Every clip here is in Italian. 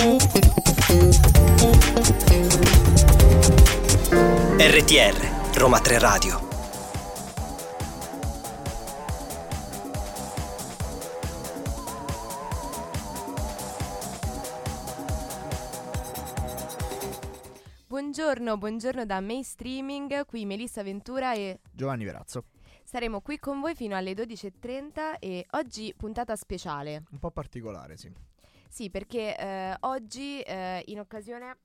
RTR Roma 3 Radio. Buongiorno da Mainstreaming, qui Melissa Ventura e Giovanni Verazzo. Saremo qui con voi fino alle 12:30 e oggi puntata speciale. Un po' particolare, sì. Sì, perché oggi in occasione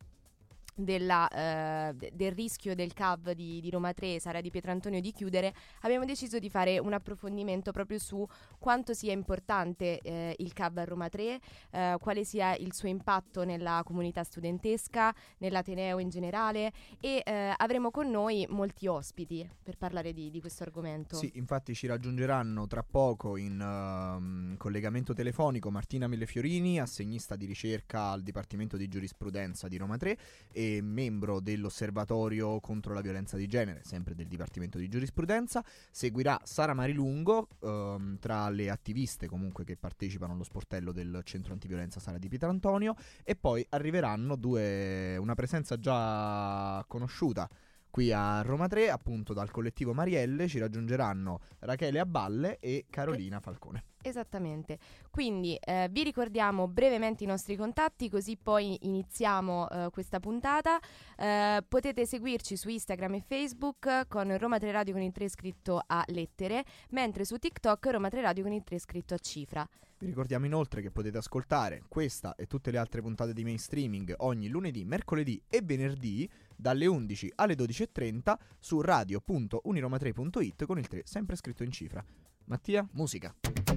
del rischio del CAV di Roma 3, Sara di Pietrantonio, di chiudere, abbiamo deciso di fare un approfondimento proprio su quanto sia importante il CAV a Roma 3, quale sia il suo impatto nella comunità studentesca, nell'Ateneo in generale, e avremo con noi molti ospiti per parlare di questo argomento. Sì, infatti ci raggiungeranno tra poco in collegamento telefonico Martina Millefiorini, assegnista di ricerca al Dipartimento di Giurisprudenza di Roma 3 e membro dell'Osservatorio contro la violenza di genere, sempre del Dipartimento di Giurisprudenza. Seguirà Sara Marilungo, tra le attiviste comunque che partecipano allo sportello del centro antiviolenza Sara di Pietrantonio, e poi arriveranno una presenza già conosciuta qui a Roma 3, appunto dal collettivo Marielle. Ci raggiungeranno Rachele Abballe e Carolina Falcone. Esattamente, quindi vi ricordiamo brevemente i nostri contatti, così poi iniziamo questa puntata. Potete seguirci su Instagram e Facebook con Roma 3 Radio con il 3 scritto a lettere, mentre su TikTok Roma 3 Radio con il 3 scritto a cifra. Vi ricordiamo inoltre che potete ascoltare questa e tutte le altre puntate di Mainstreaming ogni lunedì, mercoledì e venerdì dalle 11 alle 12:30 su radio.uniroma3.it con il 3 sempre scritto in cifra. Mattia, musica.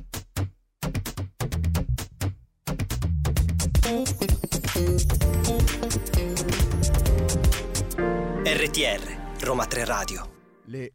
RTR Roma 3 Radio. Le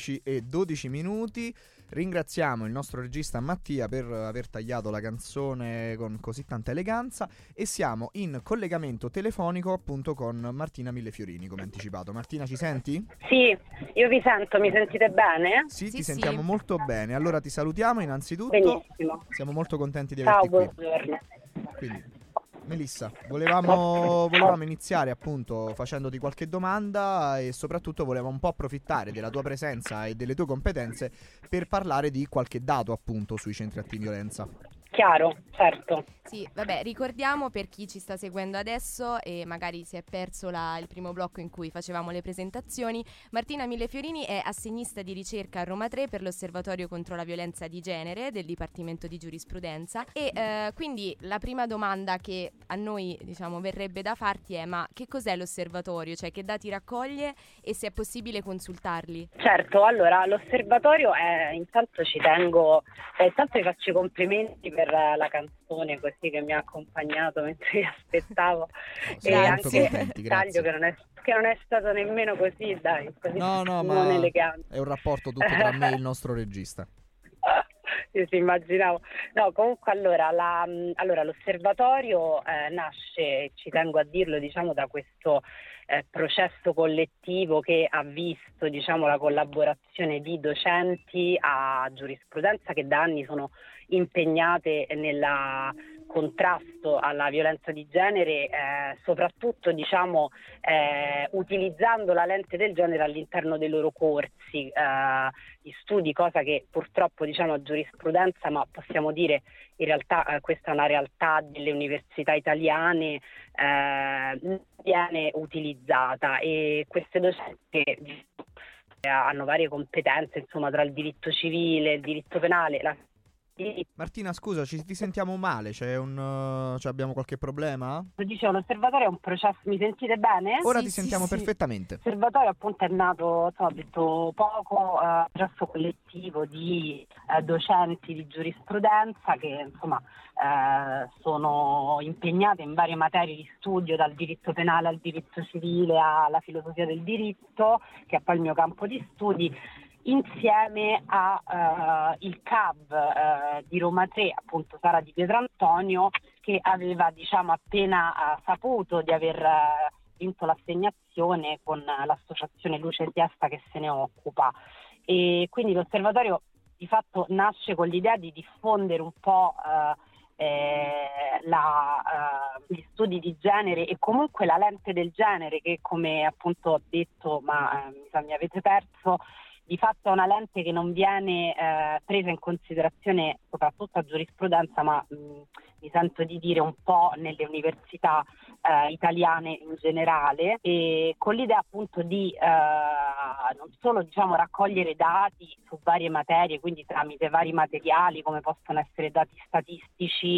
11:12. Ringraziamo il nostro regista Mattia per aver tagliato la canzone con così tanta eleganza e siamo in collegamento telefonico appunto con Martina Millefiorini, come anticipato. Martina, ci senti? Sì, io vi sento, mi sentite bene? Sì, Sì, ti sì. sentiamo molto bene. Allora ti salutiamo innanzitutto. Benissimo. Siamo molto contenti di Ciao, averti qui. buongiorno. Quindi, Melissa, volevamo iniziare appunto facendoti qualche domanda e soprattutto volevamo un po' approfittare della tua presenza e delle tue competenze per parlare di qualche dato appunto sui centri antiviolenza. Chiaro, certo. Sì, vabbè, ricordiamo per chi ci sta seguendo adesso e magari si è perso il primo blocco in cui facevamo le presentazioni. Martina Millefiorini è assegnista di ricerca a Roma 3 per l'Osservatorio contro la violenza di genere del Dipartimento di Giurisprudenza e quindi la prima domanda che a noi verrebbe da farti è: ma che cos'è l'osservatorio? Cioè, che dati raccoglie e se è possibile consultarli? Certo, allora l'osservatorio è, intanto ci tengo, intanto vi faccio i complimenti per la canzone così che mi ha accompagnato mentre vi aspettavo. E Molto anche contenti, il taglio grazie. che non è stato nemmeno così, dai, così No, non ma elegante. è un rapporto tutto tra me e il nostro regista. Io si immaginavo. No, comunque allora l'osservatorio nasce, ci tengo a dirlo, da questo processo collettivo che ha visto, la collaborazione di docenti a giurisprudenza che da anni sono impegnate nel contrasto alla violenza di genere, soprattutto utilizzando la lente del genere all'interno dei loro corsi di studi, cosa che purtroppo a giurisprudenza, ma possiamo dire in realtà questa è una realtà delle università italiane, viene utilizzata, e queste docenti hanno varie competenze tra il diritto civile, il diritto penale, Martina, scusa, ti sentiamo male, abbiamo qualche problema? Dicevo, l'osservatorio è un processo, mi sentite bene? Ora Sì, ti sì, sentiamo sì. perfettamente. L'osservatorio appunto è nato, ho detto poco, processo collettivo di docenti di giurisprudenza che sono impegnate in varie materie di studio, dal diritto penale al diritto civile alla filosofia del diritto, che è poi il mio campo di studi, insieme a il CAV di Roma 3, appunto Sara di Pietrantonio, che aveva appena saputo di aver vinto l'assegnazione con l'associazione Luce Siesta che se ne occupa. E quindi l'osservatorio di fatto nasce con l'idea di diffondere un po' gli studi di genere e comunque la lente del genere, che come appunto ho detto, ma mi avete perso, di fatto è una lente che non viene presa in considerazione soprattutto a giurisprudenza, ma mi sento di dire un po' nelle università italiane in generale, e con l'idea appunto di non solo diciamo raccogliere dati su varie materie, quindi tramite vari materiali come possono essere dati statistici,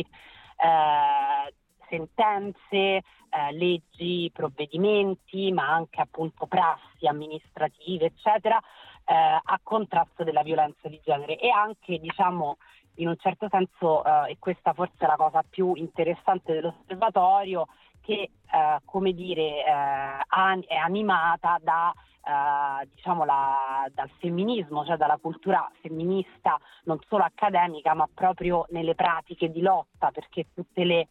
sentenze, leggi, provvedimenti, ma anche appunto prassi amministrative, eccetera, a contrasto della violenza di genere, e anche diciamo in un certo senso, e questa forse è la cosa più interessante dell'osservatorio, che come dire è animata da diciamo dal femminismo, cioè dalla cultura femminista non solo accademica ma proprio nelle pratiche di lotta, perché tutte le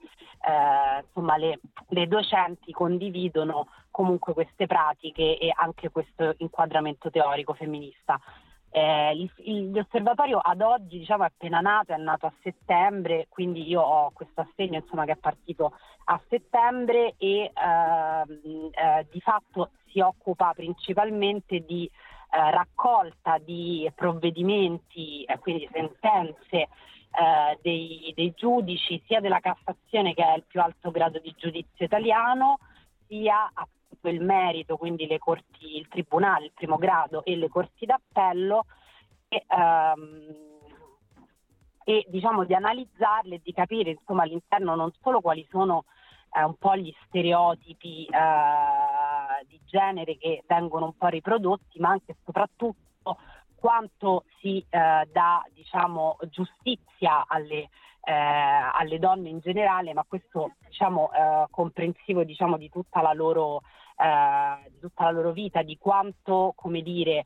docenti condividono comunque queste pratiche e anche questo inquadramento teorico femminista. L'osservatorio ad oggi diciamo è appena nato, è nato a settembre, quindi io ho questo assegno insomma che è partito a settembre e di fatto si occupa principalmente di raccolta di provvedimenti, quindi sentenze dei giudici sia della Cassazione, che è il più alto grado di giudizio italiano, sia appunto il merito, quindi le corti, il tribunale, il primo grado e le corti d'appello, e diciamo di analizzarle e di capire insomma all'interno non solo quali sono un po' gli stereotipi di genere che vengono un po' riprodotti, ma anche e soprattutto quanto si dà diciamo giustizia alle donne in generale, ma questo diciamo comprensivo diciamo di tutta la loro vita, di quanto come dire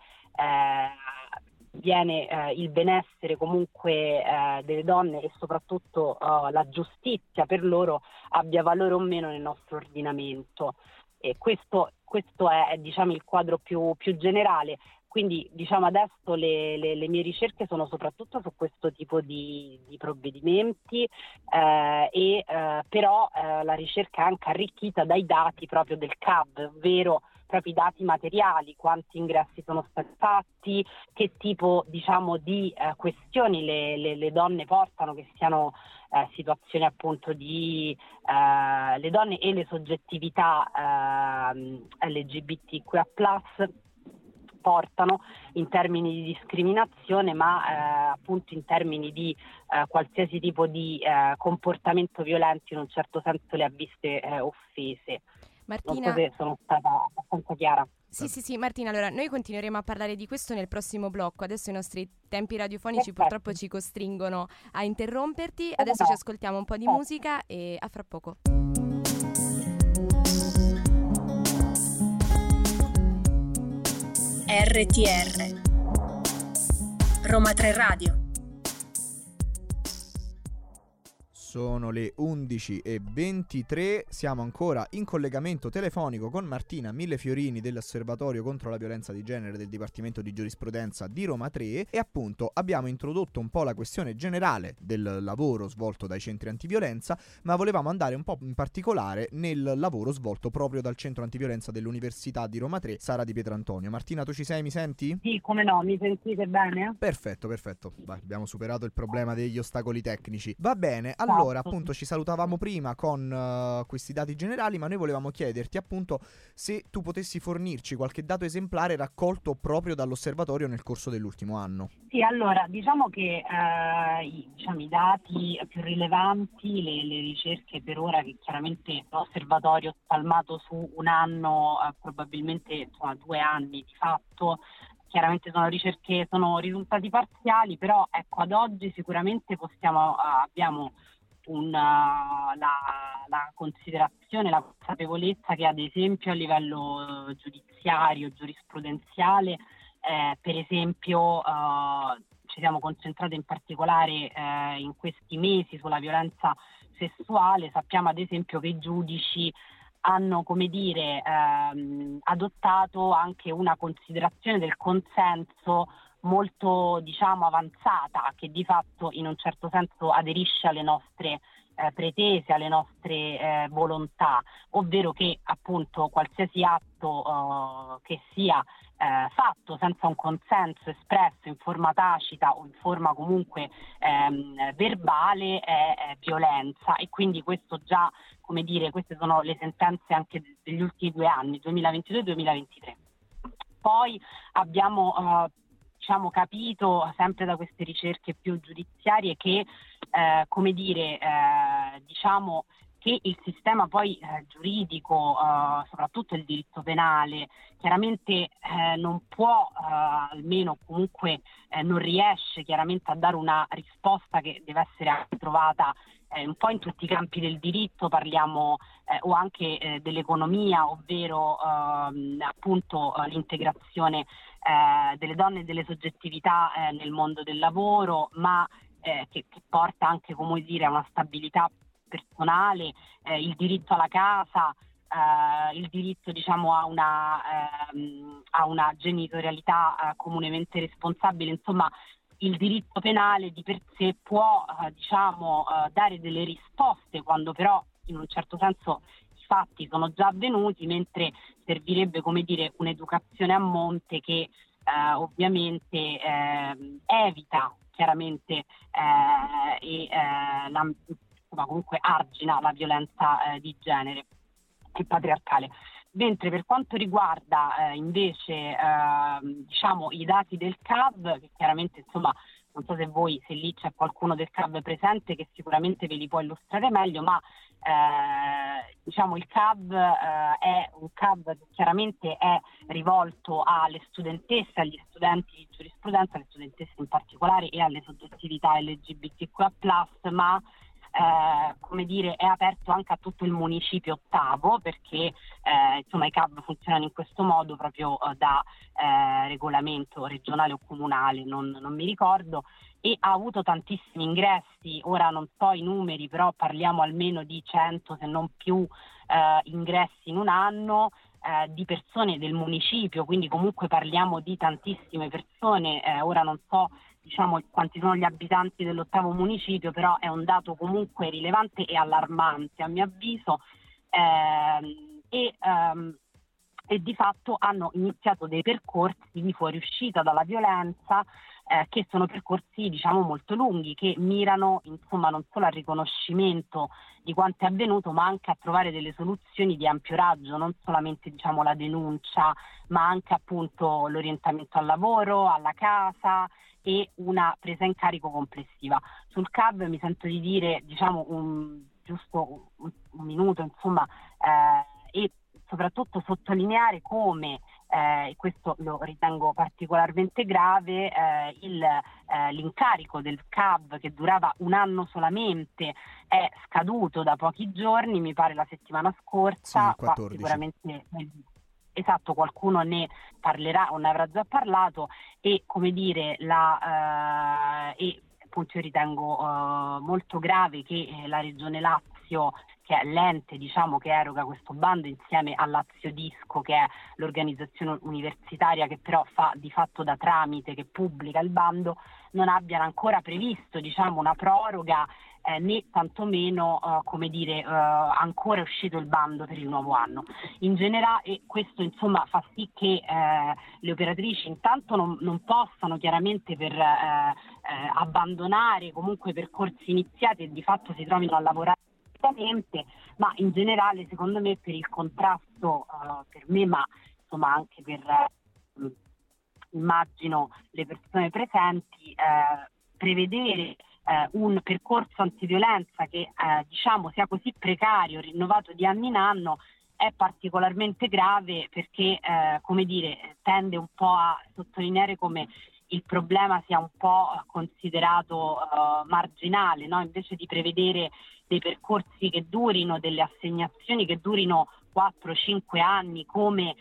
viene il benessere comunque delle donne e soprattutto la giustizia per loro abbia valore o meno nel nostro ordinamento. E questo è diciamo il quadro più generale. Quindi diciamo adesso le mie ricerche sono soprattutto su questo tipo di provvedimenti, però la ricerca è anche arricchita dai dati proprio del CAV, ovvero proprio i dati materiali, quanti ingressi sono stati fatti, che tipo diciamo di questioni le donne portano, che siano situazioni appunto di le donne e le soggettività LGBTQIA+, portano in termini di discriminazione, ma appunto in termini di qualsiasi tipo di comportamento violento, in un certo senso le ha viste offese. Martina, non so se sono stata abbastanza chiara. Sì, Martina, allora noi continueremo a parlare di questo nel prossimo blocco. Adesso i nostri tempi radiofonici purtroppo ci costringono a interromperti. Adesso ci ascoltiamo un po' di musica e a fra poco. RTR Roma 3 Radio. Sono le 11:23, siamo ancora in collegamento telefonico con Martina Millefiorini dell'Osservatorio contro la violenza di genere del Dipartimento di Giurisprudenza di Roma 3 e appunto abbiamo introdotto un po' la questione generale del lavoro svolto dai centri antiviolenza, ma volevamo andare un po' in particolare nel lavoro svolto proprio dal centro antiviolenza dell'Università di Roma 3, Sara Di Pietrantonio. Martina, tu ci sei? Mi senti? Sì, come no, mi sentite bene? Perfetto. Vai, abbiamo superato il problema degli ostacoli tecnici. Va bene, allora appunto ci salutavamo prima con questi dati generali, ma noi volevamo chiederti appunto se tu potessi fornirci qualche dato esemplare raccolto proprio dall'osservatorio nel corso dell'ultimo anno. Sì, allora diciamo che i dati più rilevanti, le ricerche per ora, che chiaramente l'osservatorio spalmato su un anno, probabilmente insomma 2 anni di fatto, chiaramente sono risultati parziali, però ecco ad oggi sicuramente abbiamo la considerazione, la consapevolezza che ad esempio a livello giudiziario, giurisprudenziale, per esempio ci siamo concentrati in particolare in questi mesi sulla violenza sessuale. Sappiamo ad esempio che i giudici hanno, come dire, adottato anche una considerazione del consenso molto, diciamo, avanzata, che di fatto in un certo senso aderisce alle nostre pretese, alle nostre volontà, ovvero che appunto qualsiasi atto che sia fatto senza un consenso espresso in forma tacita o in forma comunque verbale è violenza, e quindi questo già, come dire, queste sono le sentenze anche degli ultimi 2 anni, 2022 e 2023. Poi abbiamo capito sempre da queste ricerche più giudiziarie che che il sistema poi giuridico, soprattutto il diritto penale, chiaramente non può, almeno comunque non riesce chiaramente a dare una risposta che deve essere anche trovata un po' in tutti i campi del diritto, parliamo o anche dell'economia, ovvero appunto l'integrazione delle donne e delle soggettività nel mondo del lavoro, ma che porta anche, come dire, a una stabilità personale, il diritto alla casa, il diritto a una genitorialità comunemente responsabile. Insomma, il diritto penale di per sé può dare delle risposte quando però in un certo senso i fatti sono già avvenuti, mentre servirebbe, come dire, un'educazione a monte che ovviamente evita chiaramente comunque argina la violenza di genere e patriarcale. Mentre per quanto riguarda invece i dati del CAV, che chiaramente insomma non so se lì c'è qualcuno del CAV presente che sicuramente ve li può illustrare meglio, ma il CAV è un CAV che chiaramente è rivolto alle studentesse, agli studenti di giurisprudenza, alle studentesse in particolare e alle soggettività LGBTQIA+, ma è aperto anche a tutto il municipio ottavo, perché i CAV funzionano in questo modo proprio da regolamento regionale o comunale, non mi ricordo, e ha avuto tantissimi ingressi. Ora non so i numeri, però parliamo almeno di 100 se non più ingressi in un anno di persone del municipio, quindi comunque parliamo di tantissime persone. Ora non so quanti sono gli abitanti dell'ottavo municipio, però è un dato comunque rilevante e allarmante a mio avviso, e di fatto hanno iniziato dei percorsi di fuoriuscita dalla violenza che sono percorsi molto lunghi, che mirano non solo al riconoscimento di quanto è avvenuto, ma anche a trovare delle soluzioni di ampio raggio, non solamente la denuncia, ma anche appunto l'orientamento al lavoro, alla casa e una presa in carico complessiva. Sul CAV mi sento di dire un minuto e soprattutto sottolineare come questo lo ritengo particolarmente grave, l'incarico del CAV, che durava un anno solamente, è scaduto da pochi giorni, mi pare la settimana scorsa. Sì, 14. Sicuramente esatto, qualcuno ne parlerà o ne avrà già parlato, e appunto io ritengo molto grave che la Regione Lazio, che è l'ente che eroga questo bando, insieme a Lazio Disco, che è l'organizzazione universitaria che però fa di fatto da tramite, che pubblica il bando, non abbiano ancora previsto una proroga, né tantomeno ancora è uscito il bando per il nuovo anno. In generale, e questo fa sì che le operatrici intanto non possano chiaramente abbandonare comunque percorsi iniziati e di fatto si trovino a lavorare, ma in generale secondo me per il contrasto, per me, ma anche per immagino le persone presenti, prevedere un percorso antiviolenza che sia così precario, rinnovato di anno in anno, è particolarmente grave, perché tende un po' a sottolineare come il problema sia un po' considerato marginale, no? Invece di prevedere dei percorsi che durino, delle assegnazioni che durino 4-5 anni, come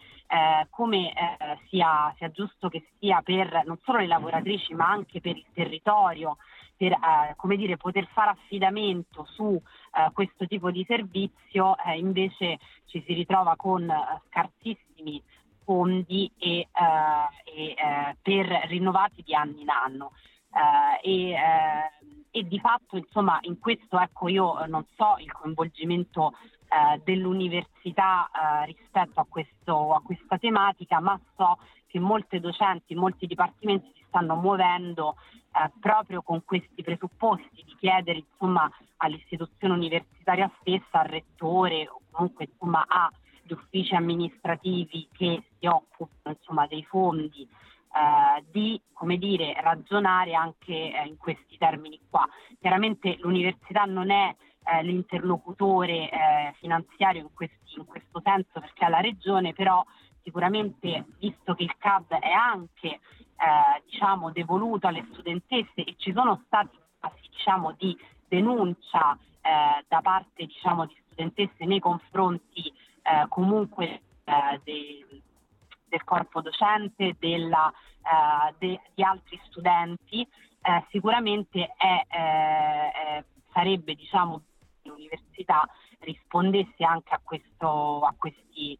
sia giusto che sia per non solo le lavoratrici ma anche per il territorio, per poter fare affidamento su questo tipo di servizio, invece ci si ritrova con scarsissimi fondi e per rinnovati di anno in anno. e di fatto insomma in questo io non so il coinvolgimento dell'università rispetto a questa tematica, ma so che molte docenti, molti dipartimenti si stanno muovendo proprio con questi presupposti di chiedere insomma all'istituzione universitaria stessa, al rettore o comunque insomma agli uffici amministrativi che si occupano insomma dei fondi di ragionare anche in questi termini qua. Chiaramente l'università non è l'interlocutore finanziario in questo senso, perché è la regione, però sicuramente visto che il CAD è anche devoluto alle studentesse e ci sono stati casi di denuncia da parte di studentesse nei confronti comunque del corpo docente, di altri studenti, sicuramente sarebbe l'università rispondesse anche a queste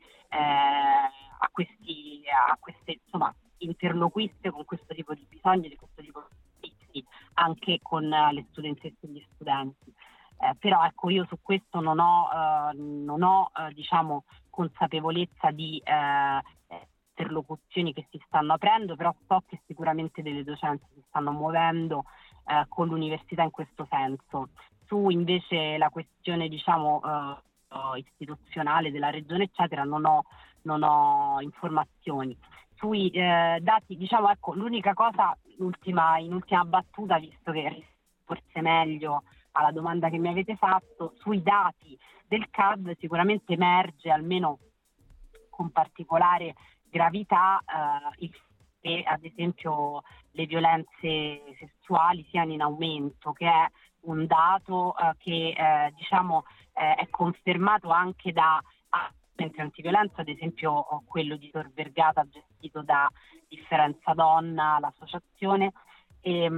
insomma interloquisse con questo tipo di bisogni, di questo tipo di servizi, anche con le studentesse e gli studenti. Però io su questo non ho consapevolezza di interlocuzioni che si stanno aprendo, però so che sicuramente delle docenti si stanno muovendo con l'università in questo senso. Su invece la questione istituzionale della regione eccetera non ho informazioni. Sui dati l'unica cosa, in ultima battuta, visto che forse meglio alla domanda che mi avete fatto, sui dati del CAD sicuramente emerge, almeno con particolare gravità, che ad esempio le violenze sessuali siano in aumento, che è un dato che è confermato anche da centri antiviolenza, ad esempio quello di Tor Vergata gestito da Differenza Donna, l'associazione, e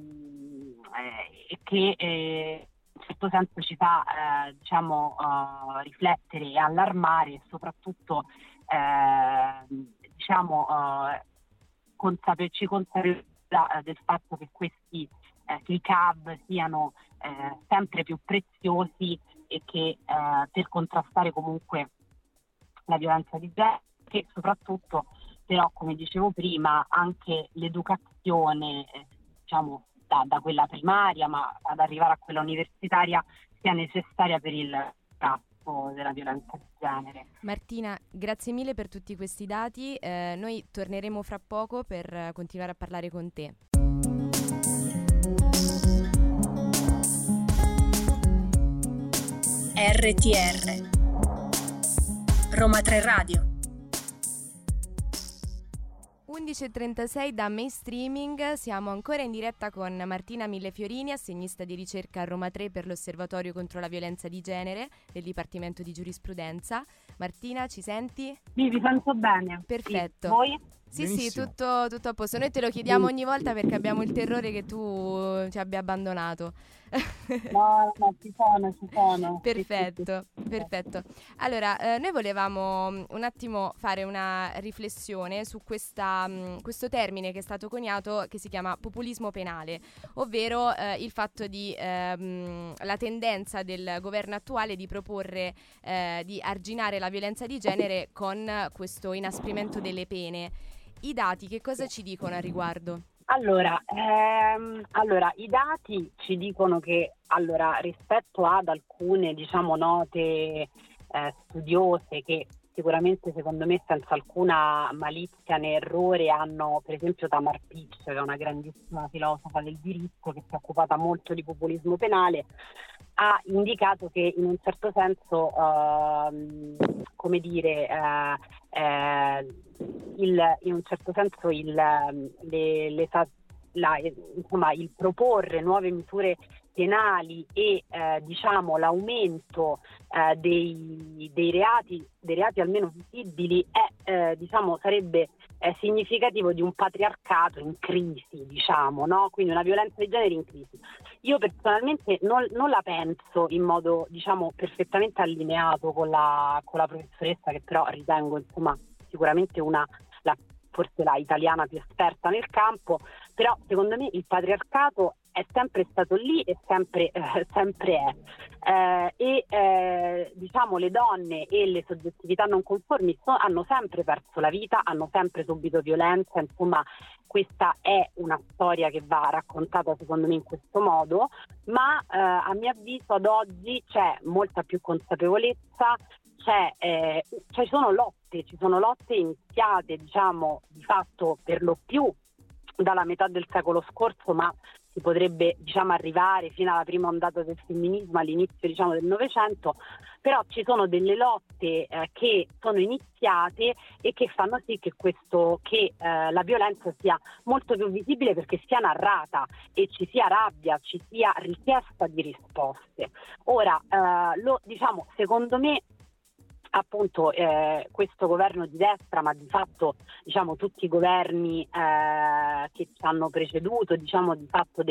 che in certo senso ci fa riflettere e allarmare, e soprattutto ci consapevolezza del fatto che che i CAV siano sempre più preziosi e che per contrastare comunque la violenza di genere, che soprattutto però, come dicevo prima, anche l'educazione da quella primaria ma ad arrivare a quella universitaria sia necessaria per il contrasto della violenza di genere. Martina, grazie mille per tutti questi dati, noi torneremo fra poco per continuare a parlare con te. RTR Roma 3 Radio. 11.36 da Mainstreaming, siamo ancora in diretta con Martina Millefiorini, assegnista di ricerca a Roma 3 per l'Osservatorio contro la violenza di genere del Dipartimento di Giurisprudenza. Martina, ci senti? Sì, vi sento bene. Perfetto. Sì, voi? Sì, Benissimo. sì, tutto a posto. Noi te lo chiediamo ogni volta perché abbiamo il terrore che tu ci abbia abbandonato. No, ci sono. Perfetto, perfetto. Allora, noi volevamo un attimo fare una riflessione su questo termine che è stato coniato, che si chiama populismo penale, ovvero il fatto di la tendenza del governo attuale di proporre di arginare la violenza di genere con questo inasprimento delle pene. I dati che cosa ci dicono a riguardo? Allora, i dati ci dicono che rispetto ad alcune note studiose che sicuramente secondo me senza alcuna malizia né errore hanno, per esempio Tamar Pitch, che è una grandissima filosofa del diritto che si è occupata molto di populismo penale, ha indicato che in un certo senso il proporre nuove misure penali e l'aumento dei reati almeno visibili sarebbe significativo di un patriarcato in crisi, no? Quindi una violenza di genere in crisi. Io personalmente non la penso in modo perfettamente allineato con la professoressa, che però ritengo sicuramente forse la italiana più esperta nel campo, però secondo me il patriarcato è sempre stato lì e sempre è. Diciamo le donne e le soggettività non conformi hanno sempre perso la vita, hanno sempre subito violenza, insomma questa è una storia che va raccontata secondo me in questo modo, ma a mio avviso ad oggi c'è molta più consapevolezza, ci sono lotte iniziate diciamo di fatto per lo più dalla metà del secolo scorso, ma si potrebbe diciamo arrivare fino alla prima ondata del femminismo all'inizio diciamo del Novecento, però ci sono delle lotte che sono iniziate e che fanno sì che la violenza sia molto più visibile, perché sia narrata e ci sia rabbia, ci sia richiesta di risposte. Ora diciamo secondo me appunto questo governo di destra, ma di fatto diciamo tutti i governi che ci hanno preceduto, diciamo di fatto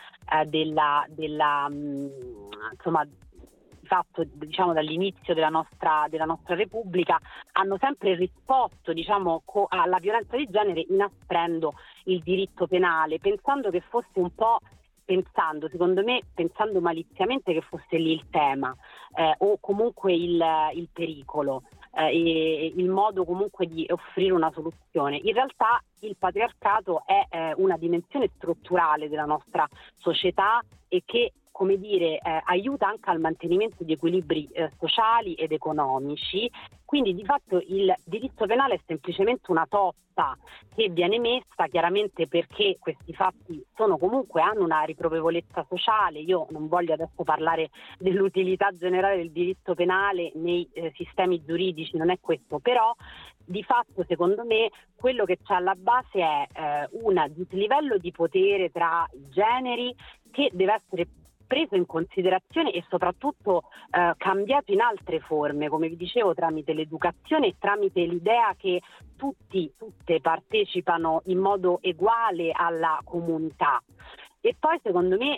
insomma di fatto diciamo dall'inizio della nostra Repubblica, hanno sempre risposto diciamo alla violenza di genere inasprendo il diritto penale, pensando che fosse un po' secondo me pensando maliziamente che fosse lì il tema o comunque il pericolo e il modo comunque di offrire una soluzione. In realtà il patriarcato è una dimensione strutturale della nostra società e che come dire aiuta anche al mantenimento di equilibri sociali ed economici. Quindi di fatto il diritto penale è semplicemente una toppa che viene messa chiaramente perché questi fatti hanno una riprovevolezza sociale. Io non voglio adesso parlare dell'utilità generale del diritto penale nei sistemi giuridici, non è questo, però di fatto secondo me quello che c'è alla base è un dislivello di potere tra i generi che deve essere preso in considerazione e soprattutto cambiato in altre forme, come vi dicevo, tramite l'educazione e tramite l'idea che tutte partecipano in modo uguale alla comunità. E poi secondo me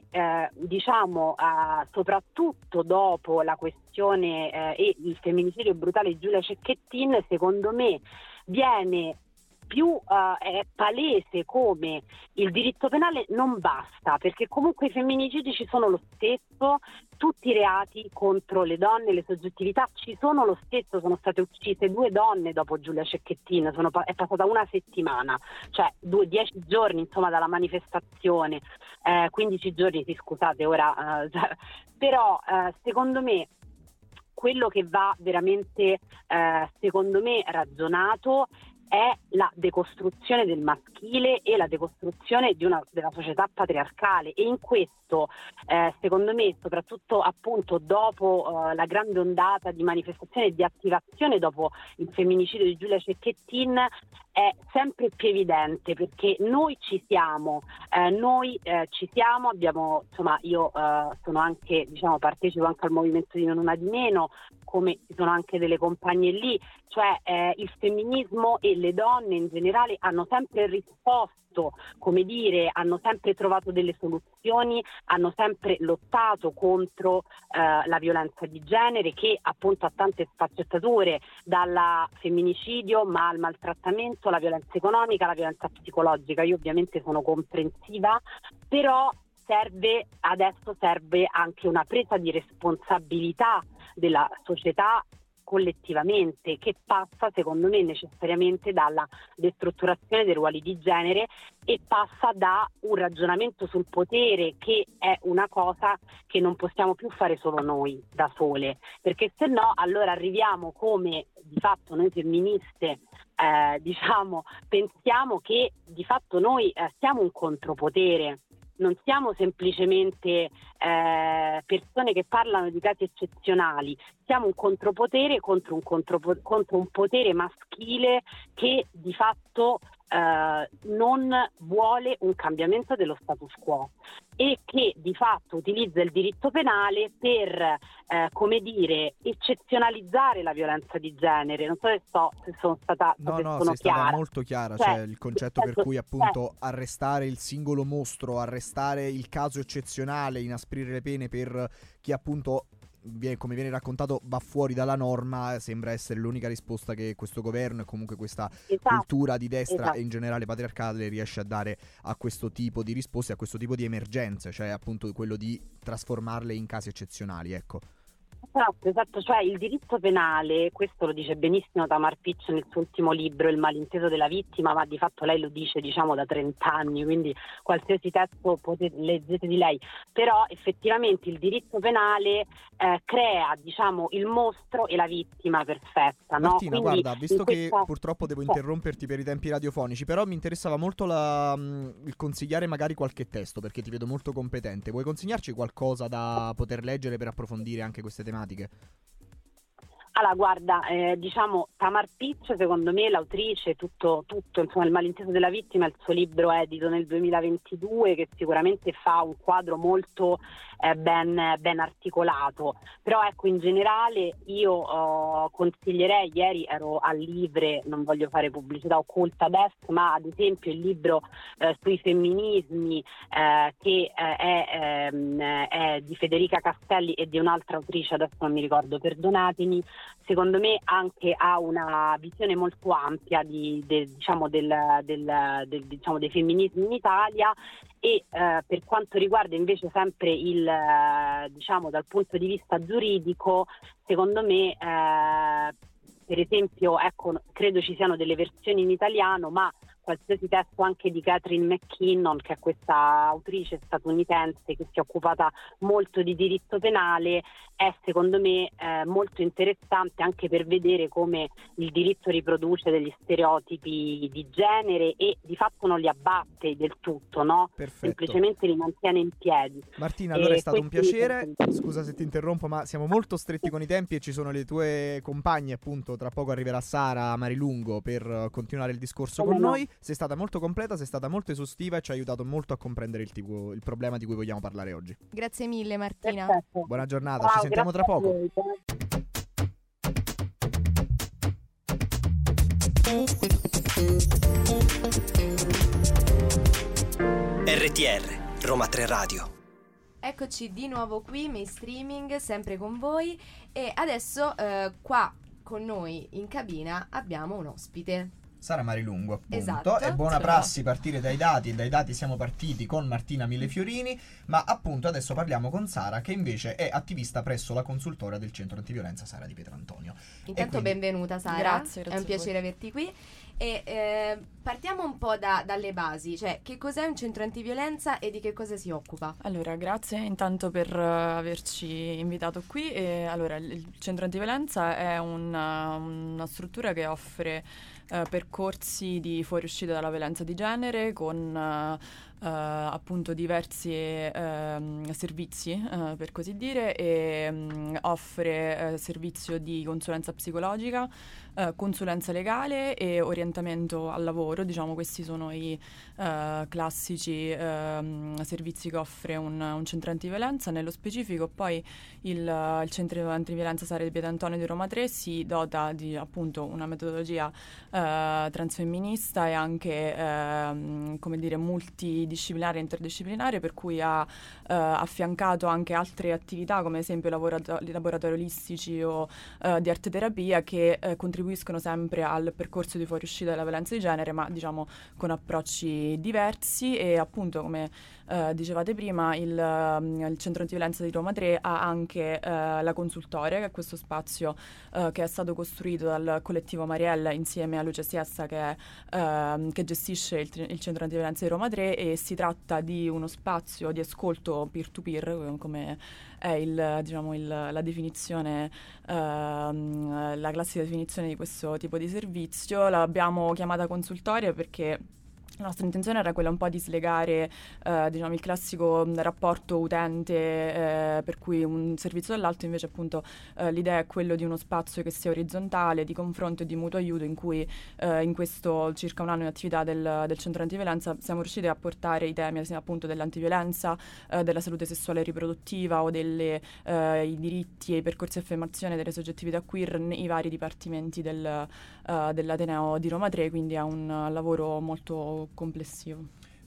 soprattutto dopo la questione e il femminicidio brutale di Giulia Cecchettin, secondo me viene più è palese come il diritto penale non basta, perché comunque i femminicidi ci sono lo stesso, tutti i reati contro le donne, le soggettività ci sono lo stesso. Sono state uccise 2 donne dopo Giulia Cecchettin, è passata una settimana, cioè 10 giorni insomma dalla manifestazione, 15 giorni sì, scusate ora però secondo me quello che va veramente secondo me ragionato è la decostruzione del maschile e la decostruzione della società patriarcale, e in questo secondo me soprattutto appunto dopo la grande ondata di manifestazione e di attivazione dopo il femminicidio di Giulia Cecchettin è sempre più evidente, perché noi ci siamo, abbiamo insomma io sono anche partecipo anche al movimento di Non Una di Meno, come ci sono anche delle compagne lì, cioè il femminismo e le donne in generale hanno sempre risposto, come dire, hanno sempre trovato delle soluzioni, hanno sempre lottato contro la violenza di genere, che appunto ha tante sfaccettature, dal femminicidio ma al maltrattamento, la violenza economica, la violenza psicologica. Io ovviamente sono comprensiva, però serve anche una presa di responsabilità della società collettivamente, che passa secondo me necessariamente dalla destrutturazione dei ruoli di genere e passa da un ragionamento sul potere, che è una cosa che non possiamo più fare solo noi da sole, perché se no allora arriviamo come di fatto noi femministe pensiamo che di fatto noi siamo un contropotere. Non siamo semplicemente persone che parlano di casi eccezionali, siamo un contropotere contro un potere maschile che di fatto non vuole un cambiamento dello status quo e che di fatto utilizza il diritto penale per eccezionalizzare la violenza di genere. Non so se sono stata sei chiara. Stata molto chiara, cioè il concetto per cui appunto arrestare il singolo mostro, arrestare il caso eccezionale, inasprire le pene per chi appunto come viene raccontato, va fuori dalla norma, sembra essere l'unica risposta che questo governo e comunque questa cultura di destra e in generale patriarcale riesce a dare a questo tipo di risposte, a questo tipo di emergenze, cioè appunto quello di trasformarle in casi eccezionali, ecco. Esatto, cioè il diritto penale, questo lo dice benissimo Tamar Pitch nel suo ultimo libro Il malinteso della vittima, ma di fatto lei lo dice da 30 anni, quindi qualsiasi testo leggete di lei, però effettivamente il diritto penale crea il mostro e la vittima perfetta. Martina, no? Quindi, guarda, visto che purtroppo devo interromperti per i tempi radiofonici, però mi interessava molto il consigliare magari qualche testo, perché ti vedo molto competente. Vuoi consigliarci qualcosa da poter leggere per approfondire anche queste tematiche? Allora, guarda, Tamar Pitch, secondo me l'autrice, tutto insomma, Il malinteso della vittima, il suo libro edito nel 2022, che sicuramente fa un quadro molto ben articolato, però ecco, in generale io consiglierei, ieri ero al Livre, non voglio fare pubblicità occulta adesso, ma ad esempio il libro sui femminismi che è di Federica Castelli e di un'altra autrice, adesso non mi ricordo, perdonatemi. Secondo me anche ha una visione molto ampia dei femminismi in Italia e per quanto riguarda invece sempre dal punto di vista giuridico, secondo me per esempio, ecco, credo ci siano delle versioni in italiano, ma qualsiasi testo anche di Catherine McKinnon, che è questa autrice statunitense che si è occupata molto di diritto penale, è secondo me molto interessante anche per vedere come il diritto riproduce degli stereotipi di genere e di fatto non li abbatte del tutto, no? Perfetto. Semplicemente li mantiene in piedi. Martina, allora è stato un piacere. Scusa se ti interrompo, ma siamo molto stretti con i tempi e ci sono le tue compagne, appunto, tra poco arriverà Sara Marilungo per continuare il discorso con noi. Sei stata molto completa, sei stata molto esaustiva e ci ha aiutato molto a comprendere il problema di cui vogliamo parlare oggi. Grazie mille Martina. Perfetto. Buona giornata, ci sentiamo tra poco. RTR, Roma 3 Radio. Eccoci di nuovo qui, mainstreaming, sempre con voi. E adesso qua con noi in cabina abbiamo un ospite. Sara Marilungo, appunto. Esatto. È buona prassi partire dai dati, e dai dati siamo partiti con Martina Milefiorini, ma appunto adesso parliamo con Sara, che invece è attivista presso la consultora del centro antiviolenza Sara di Pietrantonio. Intanto benvenuta Sara, Grazie è un piacere averti qui. E partiamo un po' dalle basi, cioè che cos'è un centro antiviolenza e di che cosa si occupa? Allora, grazie intanto per averci invitato qui. Allora, il centro antiviolenza è una struttura che offre percorsi di fuoriuscita dalla violenza di genere con appunto diversi servizi, per così dire, e offre servizio di consulenza psicologica, consulenza legale e orientamento al lavoro. Diciamo, questi sono i classici servizi che offre un centro antiviolenza. Nello specifico poi il centro antiviolenza Sara di Pietrantonio di Roma 3 si dota di appunto una metodologia transfemminista e anche come dire multidisciplinare e interdisciplinare, per cui ha affiancato anche altre attività come ad esempio laboratori olistici o di arte terapia che contribuiscono sempre al percorso di fuoriuscita dalla violenza di genere, ma diciamo con approcci diversi. E appunto, come dicevate prima, il centro antiviolenza di Roma 3 ha anche la consultoria, che è questo spazio che è stato costruito dal collettivo Mariella insieme a Luce Siesta, che gestisce il centro antiviolenza di Roma 3, e si tratta di uno spazio di ascolto peer-to-peer, come è la definizione, la classica definizione di questo tipo di servizio. L'abbiamo chiamata consultoria perché la nostra intenzione era quella un po' di slegare il classico rapporto utente, per cui un servizio dall'altro. Invece appunto l'idea è quello di uno spazio che sia orizzontale, di confronto e di mutuo aiuto, in cui in questo circa un anno di attività del centro antiviolenza siamo riusciti a portare i temi appunto dell'antiviolenza, della salute sessuale e riproduttiva o i diritti e i percorsi di affermazione delle soggettività queer nei vari dipartimenti dell'Ateneo di Roma 3, quindi è un lavoro molto complessivo.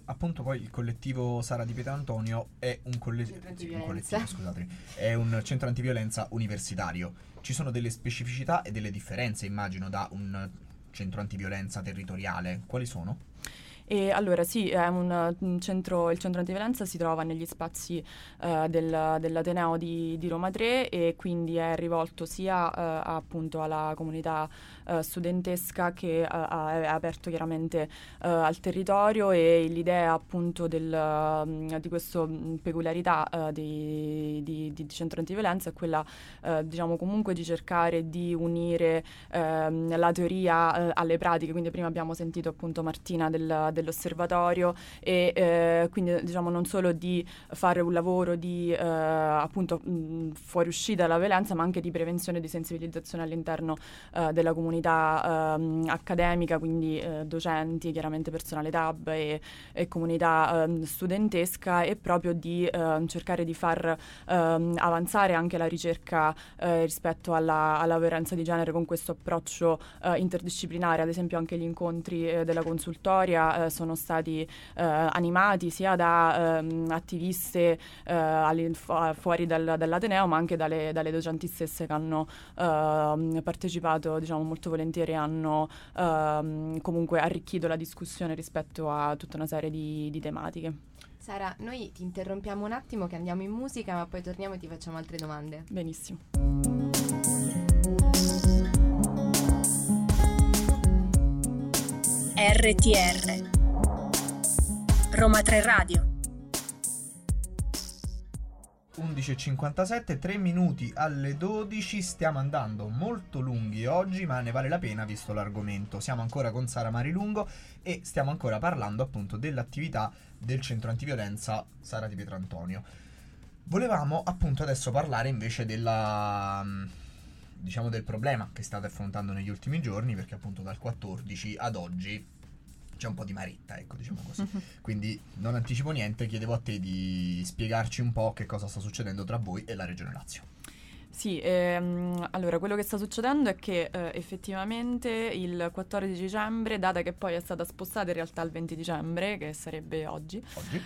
appunto poi il collettivo Sara di Pietrantonio è un collettivo, scusatemi, è un centro antiviolenza universitario. Ci sono delle specificità e delle differenze, immagino, da un centro antiviolenza territoriale. Quali sono? E allora sì, è il centro antiviolenza si trova negli spazi dell'Ateneo di Roma 3 e quindi è rivolto sia appunto alla comunità studentesca che è aperto chiaramente al territorio, e l'idea appunto di questa peculiarità di centro antiviolenza è quella diciamo comunque di cercare di unire la teoria alle pratiche. Quindi prima abbiamo sentito appunto Martina dell'osservatorio e quindi diciamo non solo di fare un lavoro di appunto fuoriuscita dalla violenza, ma anche di prevenzione e di sensibilizzazione all'interno della comunità accademica, quindi docenti, chiaramente personale TAB e comunità studentesca, e proprio di cercare di far avanzare anche la ricerca rispetto alla violenza di genere con questo approccio interdisciplinare. Ad esempio anche gli incontri della consultoria sono stati animati sia da attiviste fuori dall'Ateneo, ma anche dalle docenti stesse che hanno partecipato diciamo molto volentieri, hanno comunque arricchito la discussione rispetto a tutta una serie di tematiche. Sara, noi ti interrompiamo un attimo che andiamo in musica, ma poi torniamo e ti facciamo altre domande. Benissimo. RTR Roma 3 Radio. 11:57, 3 minuti alle 12. Stiamo andando molto lunghi oggi, ma ne vale la pena visto l'argomento. Siamo ancora con Sara Marilungo e stiamo ancora parlando appunto dell'attività del centro antiviolenza Sara di Pietrantonio. Volevamo appunto adesso parlare invece diciamo del problema che state affrontando negli ultimi giorni, perché appunto dal 14 ad oggi c'è un po' di maretta, ecco, diciamo così. Quindi non anticipo niente, chiedevo a te di spiegarci un po' che cosa sta succedendo tra voi e la Regione Lazio. Sì, allora quello che sta succedendo è che effettivamente il 14 dicembre, data che poi è stata spostata in realtà al 20 dicembre, che sarebbe oggi.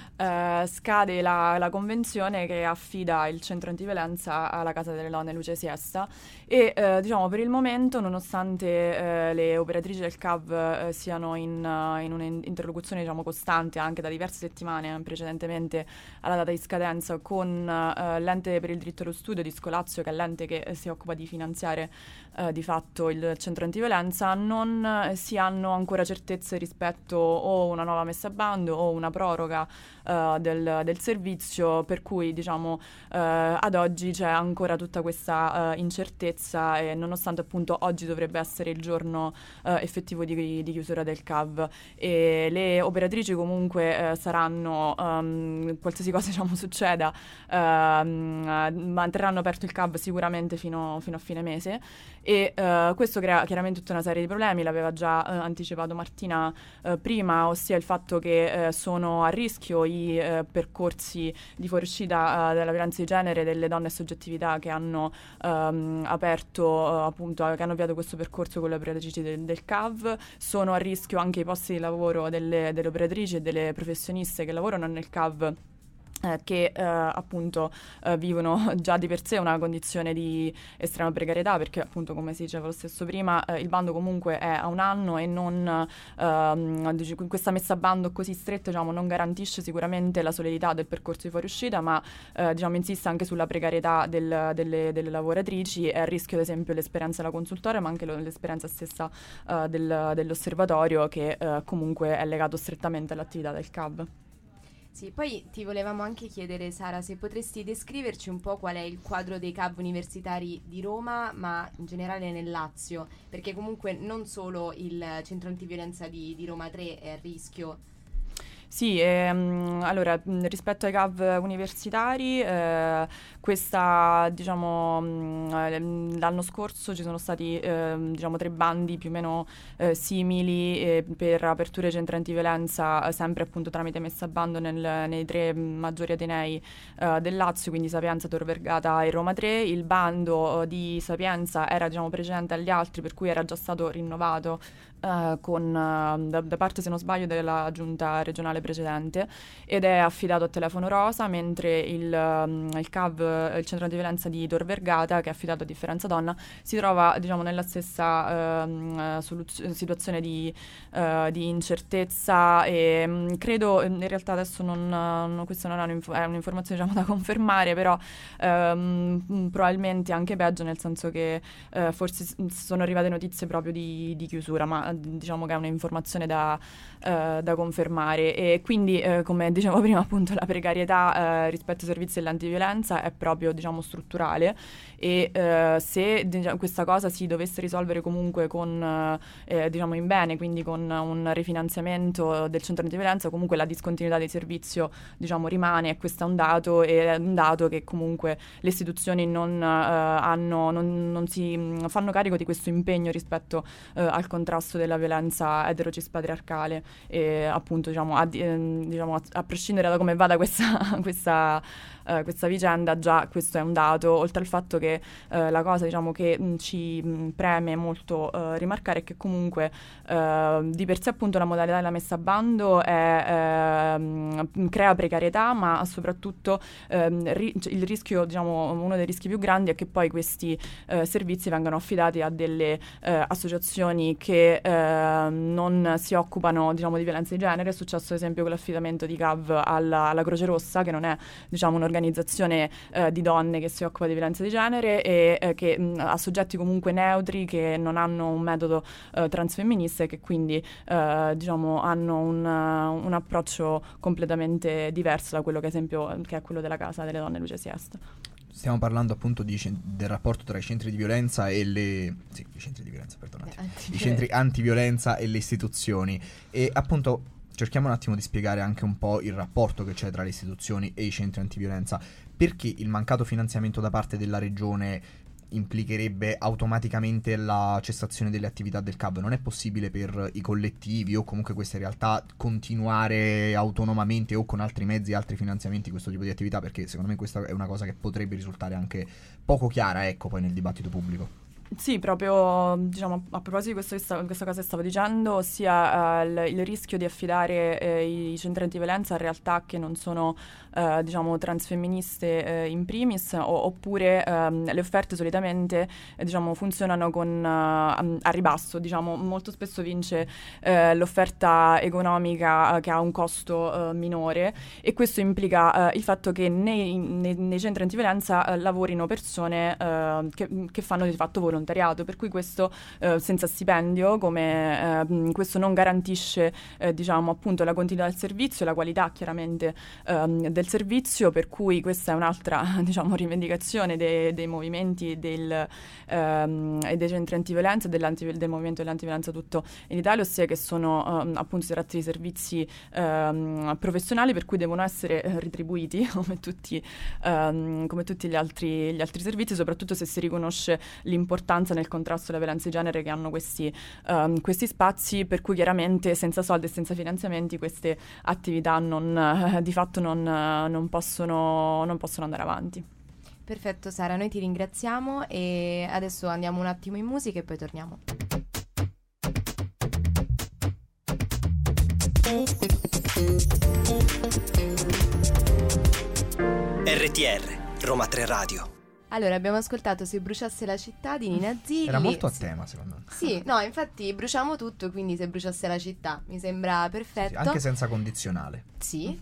Scade la convenzione che affida il centro antiviolenza alla Casa delle Donne Luce Siesta e diciamo per il momento, nonostante le operatrici del CAV siano in un'interlocuzione diciamo costante anche da diverse settimane precedentemente alla data di scadenza con l'ente per il diritto allo studio di Scolazio, che è l'ente che si occupa di finanziare di fatto il centro antiviolenza, non si hanno ancora certezze rispetto o una nuova messa a bando o una proroga del servizio, per cui diciamo ad oggi c'è ancora tutta questa incertezza, e nonostante appunto oggi dovrebbe essere il giorno effettivo di chiusura del CAV, e le operatrici comunque saranno qualsiasi cosa diciamo succeda manterranno aperto il CAV sicuramente fino a fine mese, e questo crea chiaramente tutta una serie di problemi. L'aveva già anticipato Martina prima, ossia il fatto che sono a rischio i percorsi di fuoriuscita dalla violenza di genere delle donne e soggettività che hanno aperto appunto, che hanno avviato questo percorso con le operatrici del CAV. Sono a rischio anche i posti di lavoro delle operatrici e delle professioniste che lavorano nel CAV, che appunto vivono già di per sé una condizione di estrema precarietà, perché appunto, come si diceva lo stesso prima, il bando comunque è a un anno e non questa messa a bando così stretta diciamo non garantisce sicuramente la solidità del percorso di fuoriuscita, ma diciamo insiste anche sulla precarietà delle lavoratrici. È a rischio ad esempio l'esperienza della consultore, ma anche l'esperienza stessa dell'osservatorio, che comunque è legato strettamente all'attività del CAV. Sì, poi ti volevamo anche chiedere, Sara, se potresti descriverci un po' qual è il quadro dei CAV universitari di Roma, ma in generale nel Lazio, perché comunque non solo il centro antiviolenza di Roma 3 è a rischio. Sì, allora rispetto ai CAV universitari, questa diciamo l'anno scorso ci sono stati diciamo 3 bandi più o meno simili per aperture centri antiviolenza, sempre appunto tramite messa a bando nei 3 maggiori atenei del Lazio, quindi Sapienza, Tor Vergata e Roma 3. Il bando di Sapienza era diciamo precedente agli altri, per cui era già stato rinnovato da parte, se non sbaglio, della giunta regionale aziendale precedente, ed è affidato a Telefono Rosa, mentre il CAV, il centro antiviolenza di Tor Vergata, che è affidato a Differenza Donna, si trova, diciamo, nella stessa situazione di incertezza, e credo, in realtà adesso questa non è un'informazione, diciamo, da confermare, però probabilmente anche peggio, nel senso che forse sono arrivate notizie proprio di chiusura, ma diciamo che è un'informazione da confermare. E quindi, come dicevo prima, appunto, la precarietà rispetto ai servizi dell'antiviolenza è proprio, diciamo, strutturale, e se, diciamo, questa cosa si dovesse risolvere comunque con diciamo in bene, quindi con un rifinanziamento del centro antiviolenza, comunque la discontinuità di servizio, diciamo, rimane, e questo è un dato, e è un dato che comunque le istituzioni non si fanno carico di questo impegno rispetto al contrasto della violenza eterocis patriarcale, e appunto, diciamo, a prescindere da come vada questa vicenda, già questo è un dato, oltre al fatto che la cosa, diciamo, che ci preme molto rimarcare è che comunque di per sé, appunto, la modalità della messa a bando crea precarietà, ma soprattutto il rischio, diciamo, uno dei rischi più grandi è che poi questi servizi vengano affidati a delle associazioni che non si occupano, diciamo, di violenza di genere. È successo ad esempio con l'affidamento di CAV alla Croce Rossa, che non è, diciamo, un'organizzazione di donne che si occupa di violenza di genere, e che ha soggetti comunque neutri, che non hanno un metodo transfemminista, e che quindi diciamo hanno un approccio completamente diverso da quello che, ad esempio, che è quello della Casa delle Donne Luce Siesta. Stiamo parlando appunto del rapporto tra i centri di violenza e i centri antiviolenza e le istituzioni, e appunto cerchiamo un attimo di spiegare anche un po' il rapporto che c'è tra le istituzioni e i centri antiviolenza, perché il mancato finanziamento da parte della regione implicherebbe automaticamente la cessazione delle attività del CAV. Non è possibile per i collettivi o comunque queste realtà continuare autonomamente o con altri mezzi e altri finanziamenti questo tipo di attività? Perché secondo me questa è una cosa che potrebbe risultare anche poco chiara, ecco, poi nel dibattito pubblico. Sì, proprio, diciamo, a proposito di questa cosa che stavo dicendo, ossia il rischio di affidare i centri antiviolenza a realtà che non sono, diciamo, transfemministe in primis, oppure le offerte solitamente, diciamo, funzionano a ribasso, diciamo, molto spesso vince l'offerta economica che ha un costo minore, e questo implica il fatto che nei centri antiviolenza lavorino persone che fanno di fatto volontariato, per cui questo senza stipendio, questo non garantisce diciamo, appunto, la continuità del servizio e la qualità, chiaramente, del servizio, per cui questa è un'altra, diciamo, rivendicazione dei movimenti e dei centri antiviolenza, del movimento dell'antiviolenza tutto in Italia, ossia che sono appunto, si tratta di servizi professionali, per cui devono essere retribuiti come tutti gli altri servizi, soprattutto se si riconosce l'importanza nel contrasto alla violenza di genere che hanno questi spazi, per cui chiaramente senza soldi e senza finanziamenti queste attività di fatto non possono andare avanti. Perfetto Sara, noi ti ringraziamo, e adesso andiamo un attimo in musica e poi torniamo. RTR, Roma 3 Radio. Allora, abbiamo ascoltato Se bruciasse la città di Nina Zilli. Era molto a tema, secondo me. Sì, no, infatti bruciamo tutto, quindi Se bruciasse la città mi sembra perfetto. Sì, anche senza condizionale. Sì.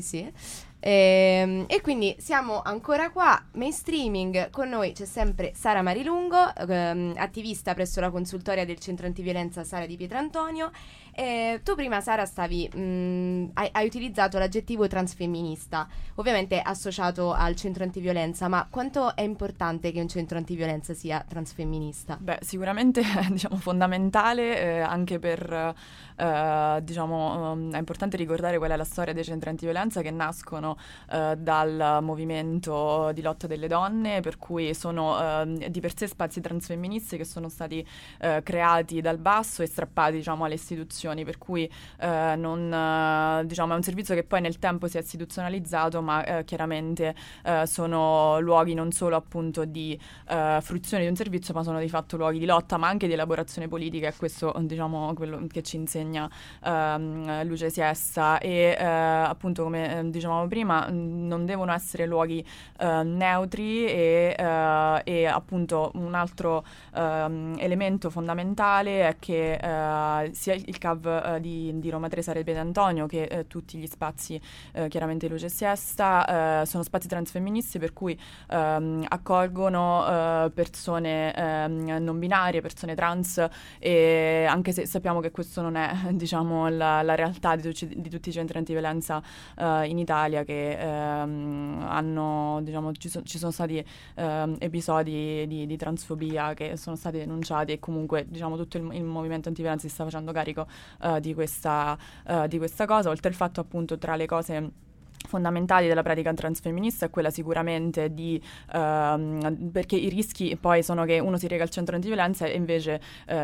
E quindi siamo ancora qua, mainstreaming. Con noi c'è sempre Sara Marilungo, attivista presso la consultoria del centro antiviolenza Sara di Pietrantonio. Tu prima, Sara, hai utilizzato l'aggettivo transfemminista, ovviamente associato al centro antiviolenza, ma quanto è importante che un centro antiviolenza sia transfemminista? Beh, sicuramente diciamo fondamentale, anche per diciamo è importante ricordare qual è la storia dei centri antiviolenza, che nascono nascono dal movimento di lotta delle donne, per cui sono di per sé spazi transfemministi che sono stati creati dal basso e strappati, diciamo, alle istituzioni, per cui non, diciamo, è un servizio che poi nel tempo si è istituzionalizzato, ma chiaramente sono luoghi non solo appunto di fruizione di un servizio, ma sono di fatto luoghi di lotta, ma anche di elaborazione politica, e questo, diciamo, quello che ci insegna Luce Siesta. E appunto, come dicevamo prima, non devono essere luoghi neutri, e appunto un altro elemento fondamentale è che sia il CAV di Roma 3 Sarebbe d'Antonio che tutti gli spazi chiaramente Luce Siesta sono spazi transfemministi, per cui accolgono persone non binarie, persone trans, e anche se sappiamo che questo non è, diciamo, la realtà di tutti i centri antiviolenza in Italia, che hanno, diciamo, ci sono stati episodi di transfobia che sono stati denunciati, e comunque, diciamo, tutto il movimento antiviolenza si sta facendo carico di questa cosa, oltre al fatto, appunto, tra le cose fondamentali della pratica transfemminista è quella sicuramente di perché i rischi poi sono che uno si reca al centro antiviolenza e invece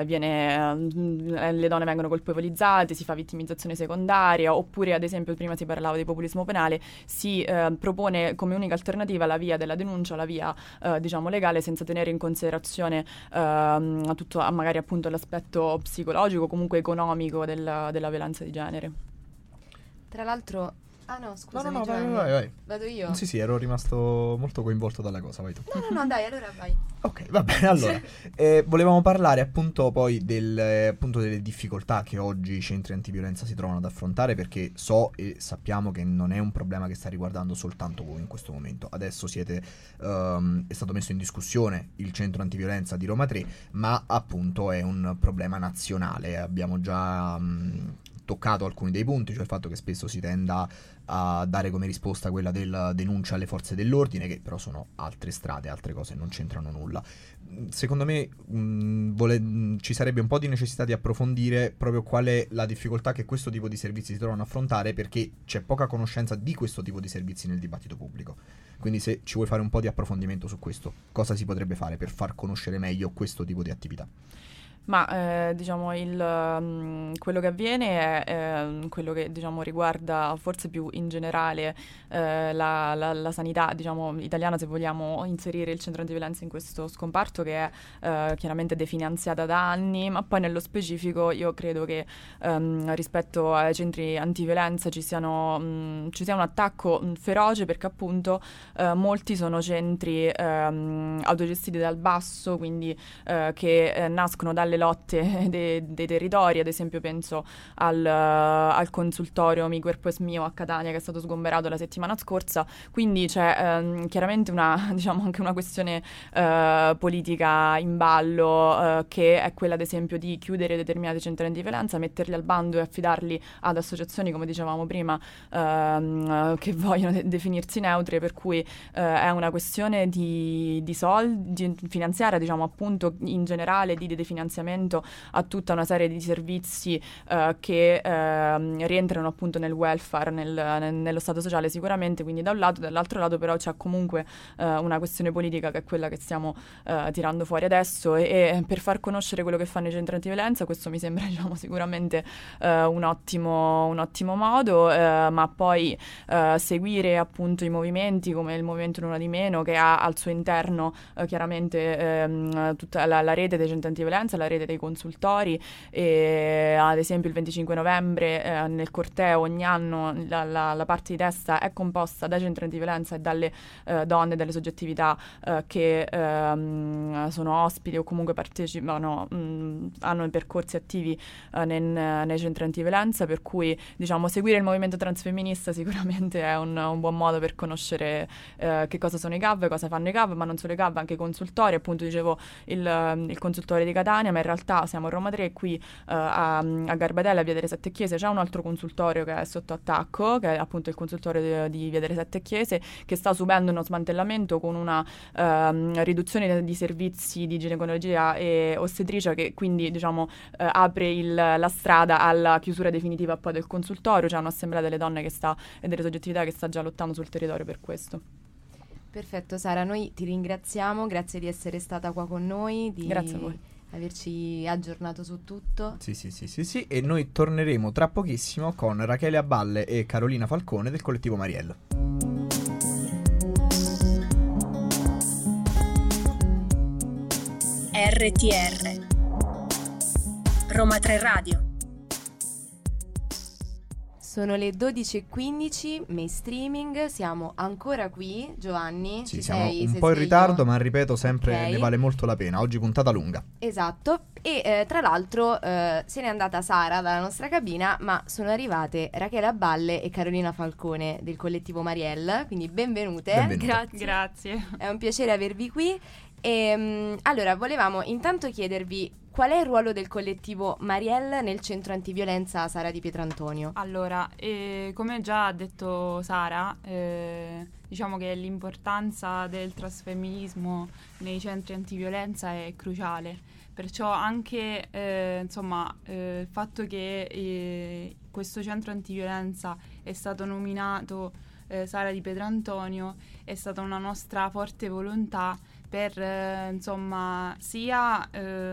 le donne vengono colpevolizzate, si fa vittimizzazione secondaria, oppure, ad esempio, prima si parlava di populismo penale, si propone come unica alternativa la via della denuncia, la via diciamo legale, senza tenere in considerazione tutto, magari appunto l'aspetto psicologico, comunque economico della violenza di genere. Tra l'altro... Ah no, scusa. No, vai. Vado io? Sì, ero rimasto molto coinvolto dalla cosa, vai tu. No, dai, allora vai. Ok, va bene, allora. Volevamo parlare appunto poi appunto delle difficoltà che oggi i centri antiviolenza si trovano ad affrontare, perché so e sappiamo che non è un problema che sta riguardando soltanto voi in questo momento. Adesso è stato messo in discussione il centro antiviolenza di Roma 3, ma appunto è un problema nazionale. Abbiamo già toccato alcuni dei punti, cioè il fatto che spesso si tenda a dare come risposta quella della denuncia alle forze dell'ordine, che però sono altre strade, altre cose, non c'entrano nulla. Secondo me ci sarebbe un po' di necessità di approfondire proprio qual è la difficoltà che questo tipo di servizi si trovano a affrontare, perché c'è poca conoscenza di questo tipo di servizi nel dibattito pubblico. Quindi se ci vuoi fare un po' di approfondimento su questo, cosa si potrebbe fare per far conoscere meglio questo tipo di attività? Ma diciamo quello che avviene è quello che, diciamo, riguarda forse più in generale la sanità, diciamo, italiana, se vogliamo inserire il centro antiviolenza in questo scomparto, che è chiaramente definanziata da anni, ma poi nello specifico io credo che rispetto ai centri antiviolenza ci sia un attacco feroce, perché appunto molti sono centri autogestiti dal basso, quindi che nascono dalle lotte dei territori. Ad esempio penso al consultorio Mi Cuerpo Es Mio a Catania, che è stato sgomberato la settimana scorsa, quindi c'è chiaramente diciamo anche una questione politica in ballo, che è quella, ad esempio, di chiudere determinati centri antiviolenza, metterli al bando e affidarli ad associazioni, come dicevamo prima, che vogliono definirsi neutre, per cui è una questione di soldi finanziaria, diciamo, appunto, in generale, di definanziamento a tutta una serie di servizi che rientrano appunto nel welfare, nello stato sociale sicuramente, quindi da un lato. Dall'altro lato però c'è comunque una questione politica, che è quella che stiamo tirando fuori adesso, e per far conoscere quello che fanno i centri antiviolenza, questo mi sembra, diciamo, sicuramente un ottimo modo, ma poi seguire appunto i movimenti come il Movimento L'Una di Meno, che ha al suo interno chiaramente tutta la rete dei centri antiviolenza, la rete dei consultori, e ad esempio il 25 novembre nel corteo ogni anno la parte di testa è composta dai centri antiviolenza e dalle donne, dalle soggettività che sono ospiti o comunque partecipano, hanno percorsi attivi nei centri antiviolenza, per cui, diciamo, seguire il movimento transfemminista sicuramente è un buon modo per conoscere che cosa sono i CAV, cosa fanno i CAV, ma non solo i CAV, anche i consultori. Appunto dicevo il consultorio di Catania, ma realtà siamo a Roma 3 e qui a Garbatella, via delle Sette Chiese, c'è un altro consultorio che è sotto attacco, che è appunto il consultorio di via delle Sette Chiese, che sta subendo uno smantellamento con una riduzione di servizi di ginecologia e ostetricia, che quindi diciamo apre la strada alla chiusura definitiva poi del consultorio. C'è un'assemblea delle donne e delle soggettività che sta già lottando sul territorio per questo. Perfetto Sara, noi ti ringraziamo, grazie di essere stata qua con noi, Grazie a voi. Averci aggiornato su tutto. Sì, e noi torneremo tra pochissimo con Rachele Aballe e Carolina Falcone del collettivo Mariello. RTR Roma 3 Radio. Sono le 12:15, mainstreaming, siamo ancora qui, Giovanni. Sì, ci siamo sei? un Sei po' in sveglio? ritardo, ma ripeto sempre, Ok. ne vale molto la pena. Oggi puntata lunga. Esatto, e tra l'altro se n'è andata Sara dalla nostra cabina, ma sono arrivate Rachele Aballe e Carolina Falcone del collettivo Marielle, quindi benvenute. Benvenute. Grazie. È un piacere avervi qui. Allora, volevamo intanto chiedervi qual è il ruolo del collettivo Marielle nel centro antiviolenza Sara di Pietrantonio. Allora, come già ha detto Sara, diciamo che l'importanza del trasfemminismo nei centri antiviolenza è cruciale. Perciò anche il fatto che questo centro antiviolenza è stato nominato Sara di Pietrantonio è stata una nostra forte volontà per sia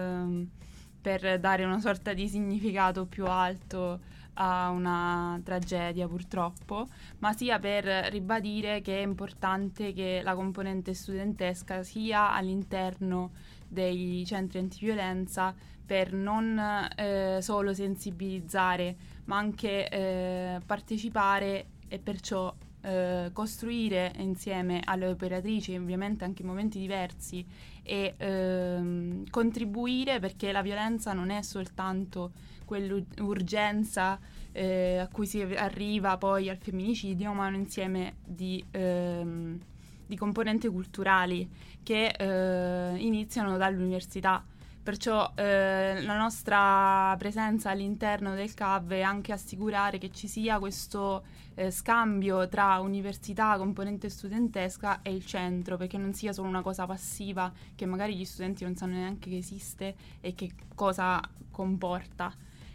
per dare una sorta di significato più alto a una tragedia purtroppo, ma sia per ribadire che è importante che la componente studentesca sia all'interno dei centri antiviolenza per non solo sensibilizzare, ma anche partecipare e perciò costruire insieme alle operatrici, ovviamente anche in momenti diversi, e contribuire, perché la violenza non è soltanto quell'urgenza a cui si arriva poi al femminicidio, ma un insieme di componenti culturali che iniziano dall'università. Perciò la nostra presenza all'interno del CAV è anche assicurare che ci sia questo scambio tra università, componente studentesca e il centro, perché non sia solo una cosa passiva che magari gli studenti non sanno neanche che esiste e che cosa comporta.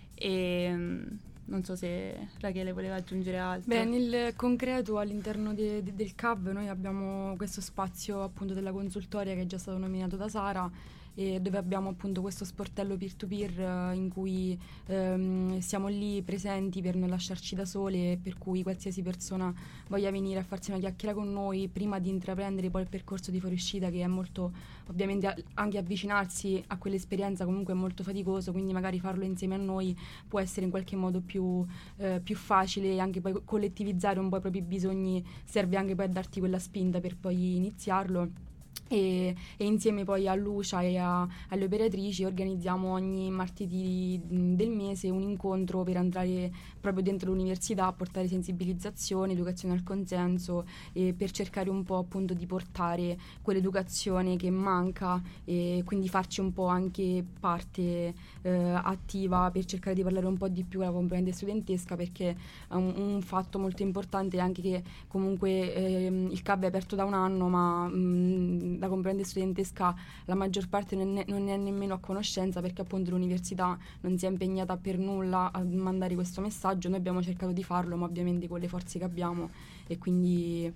E non so se Rachele voleva aggiungere altro. Beh, nel concreto all'interno del CAV noi abbiamo questo spazio appunto della consultoria che è già stato nominato da Sara, e dove abbiamo appunto questo sportello peer-to-peer in cui siamo lì presenti per non lasciarci da sole, per cui qualsiasi persona voglia venire a farsi una chiacchiera con noi prima di intraprendere poi il percorso di fuoriuscita, che è molto, ovviamente anche avvicinarsi a quell'esperienza comunque è molto faticoso, quindi magari farlo insieme a noi può essere in qualche modo più facile, e anche poi collettivizzare un po' i propri bisogni serve anche poi a darti quella spinta per poi iniziarlo. E insieme poi a Lucia e alle operatrici organizziamo ogni martedì del mese un incontro per andare proprio dentro l'università a portare sensibilizzazione, educazione al consenso, e per cercare un po' appunto di portare quell'educazione che manca, e quindi farci un po' anche parte attiva per cercare di parlare un po' di più alla componente studentesca, perché un fatto molto importante è anche che comunque il CAB è aperto da un anno, ma la componente studentesca la maggior parte non è nemmeno a conoscenza, perché appunto l'università non si è impegnata per nulla a mandare questo messaggio. Noi abbiamo cercato di farlo, ma ovviamente con le forze che abbiamo, e quindi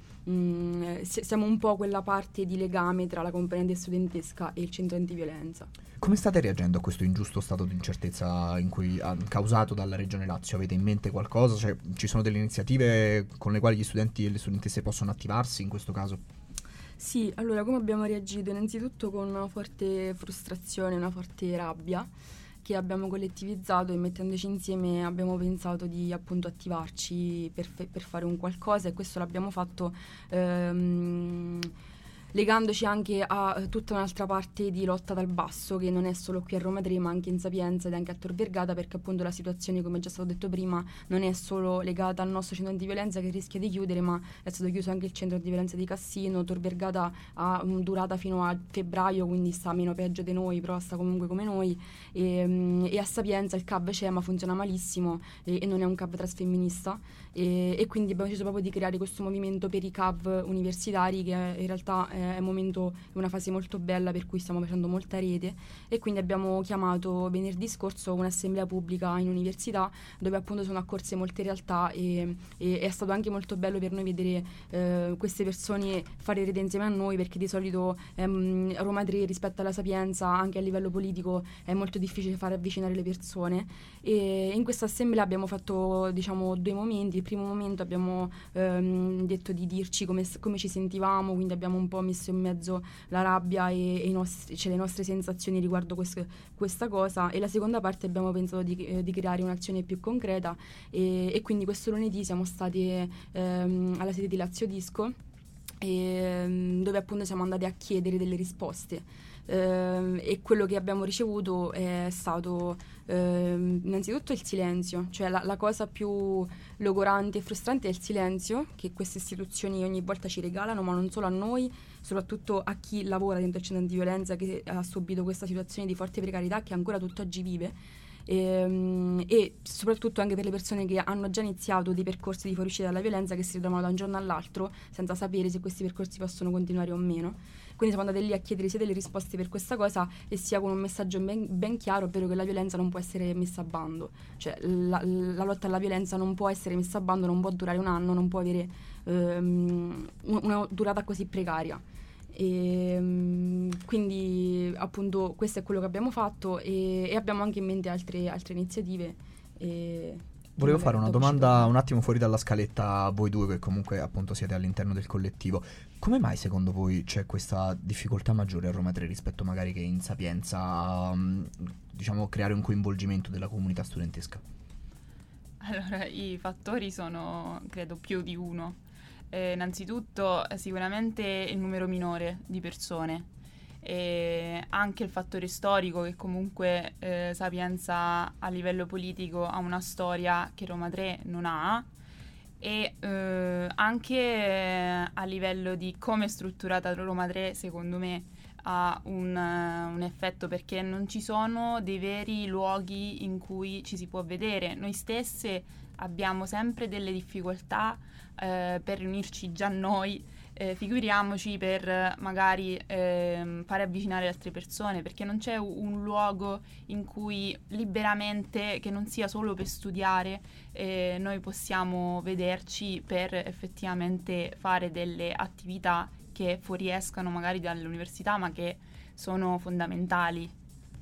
siamo un po' quella parte di legame tra la componente studentesca e il centro antiviolenza. Come state reagendo a questo ingiusto stato di incertezza causato dalla Regione Lazio? Avete in mente qualcosa? Cioè, ci sono delle iniziative con le quali gli studenti e le studentesse possono attivarsi in questo caso? Sì, allora come abbiamo reagito? Innanzitutto con una forte frustrazione, una forte rabbia che abbiamo collettivizzato, e mettendoci insieme abbiamo pensato di appunto attivarci per fare un qualcosa, e questo l'abbiamo fatto legandoci anche a tutta un'altra parte di lotta dal basso, che non è solo qui a Roma 3 ma anche in Sapienza ed anche a Tor Vergata, perché appunto la situazione, come già stato detto prima, non è solo legata al nostro centro antiviolenza che rischia di chiudere, ma è stato chiuso anche il centro antiviolenza di Cassino. Tor Vergata ha durata fino a febbraio, quindi sta meno peggio di noi, però sta comunque come noi, e a Sapienza il CAV c'è ma funziona malissimo, e non è un CAV transfemminista, e quindi abbiamo deciso proprio di creare questo movimento per i CAV universitari, che in realtà è una fase molto bella, per cui stiamo facendo molta rete, e quindi abbiamo chiamato venerdì scorso un'assemblea pubblica in università, dove appunto sono accorse molte realtà, e è stato anche molto bello per noi vedere queste persone fare rete insieme a noi, perché di solito Roma 3 rispetto alla Sapienza, anche a livello politico, è molto difficile far avvicinare le persone, e in questa assemblea abbiamo fatto, diciamo, 2 momenti. Il primo momento abbiamo detto di dirci come ci sentivamo, quindi abbiamo un po' messo in mezzo la rabbia e le nostre sensazioni riguardo questa cosa, e la seconda parte abbiamo pensato di creare un'azione più concreta, e quindi questo lunedì siamo state alla sede di Lazio Disco, dove appunto siamo andati a chiedere delle risposte. E quello che abbiamo ricevuto è stato innanzitutto il silenzio, cioè la cosa più logorante e frustrante è il silenzio che queste istituzioni ogni volta ci regalano, ma non solo a noi, soprattutto a chi lavora dentro il centro antiviolenza, che ha subito questa situazione di forte precarietà che ancora tutt'oggi vive, e soprattutto anche per le persone che hanno già iniziato dei percorsi di fuoriuscita dalla violenza, che si ritrovano da un giorno all'altro senza sapere se questi percorsi possono continuare o meno. Quindi siamo andati lì a chiedere sia delle risposte per questa cosa, e sia con un messaggio ben chiaro, ovvero che la violenza non può essere messa a bando, cioè la lotta alla violenza non può essere messa a bando, non può durare un anno, non può avere una durata così precaria. Quindi appunto questo è quello che abbiamo fatto, e abbiamo anche in mente altre iniziative. Volevo fare una domanda un attimo fuori dalla scaletta a voi due, che comunque appunto siete all'interno del collettivo. Come mai secondo voi c'è questa difficoltà maggiore a Roma 3 rispetto magari che in Sapienza a, diciamo, creare un coinvolgimento della comunità studentesca? Allora, i fattori sono, credo, più di uno. Innanzitutto sicuramente il numero minore di persone, e anche il fattore storico, che comunque Sapienza a livello politico ha una storia che Roma 3 non ha, e anche a livello di come è strutturata Roma 3, secondo me ha un effetto, perché non ci sono dei veri luoghi in cui ci si può vedere. Noi stesse abbiamo sempre delle difficoltà per riunirci già noi, figuriamoci per magari fare avvicinare altre persone, perché non c'è un luogo in cui liberamente, che non sia solo per studiare, noi possiamo vederci per effettivamente fare delle attività che fuoriescano magari dall'università, ma che sono fondamentali.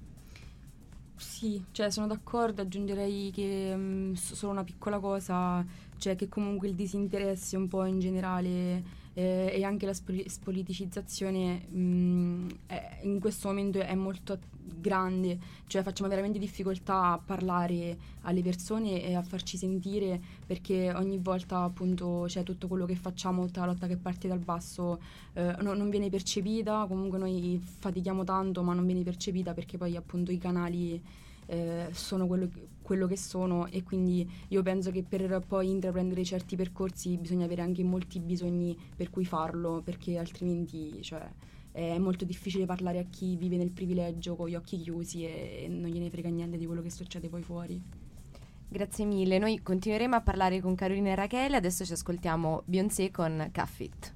Sì, cioè sono d'accordo, aggiungerei che solo una piccola cosa, cioè che comunque il disinteresse un po' in generale e anche la spoliticizzazione in questo momento è molto grande, cioè facciamo veramente difficoltà a parlare alle persone e a farci sentire, perché ogni volta appunto c'è tutto quello che facciamo, tutta la lotta che parte dal basso non viene percepita. Comunque noi fatichiamo tanto, ma non viene percepita, perché poi appunto i canali sono quello che sono, e quindi io penso che per poi intraprendere certi percorsi bisogna avere anche molti bisogni per cui farlo, perché altrimenti cioè, è molto difficile parlare a chi vive nel privilegio con gli occhi chiusi e non gliene frega niente di quello che succede poi fuori. Grazie mille, noi continueremo a parlare con Carolina e Rachele, adesso ci ascoltiamo Beyoncé con Cuff It.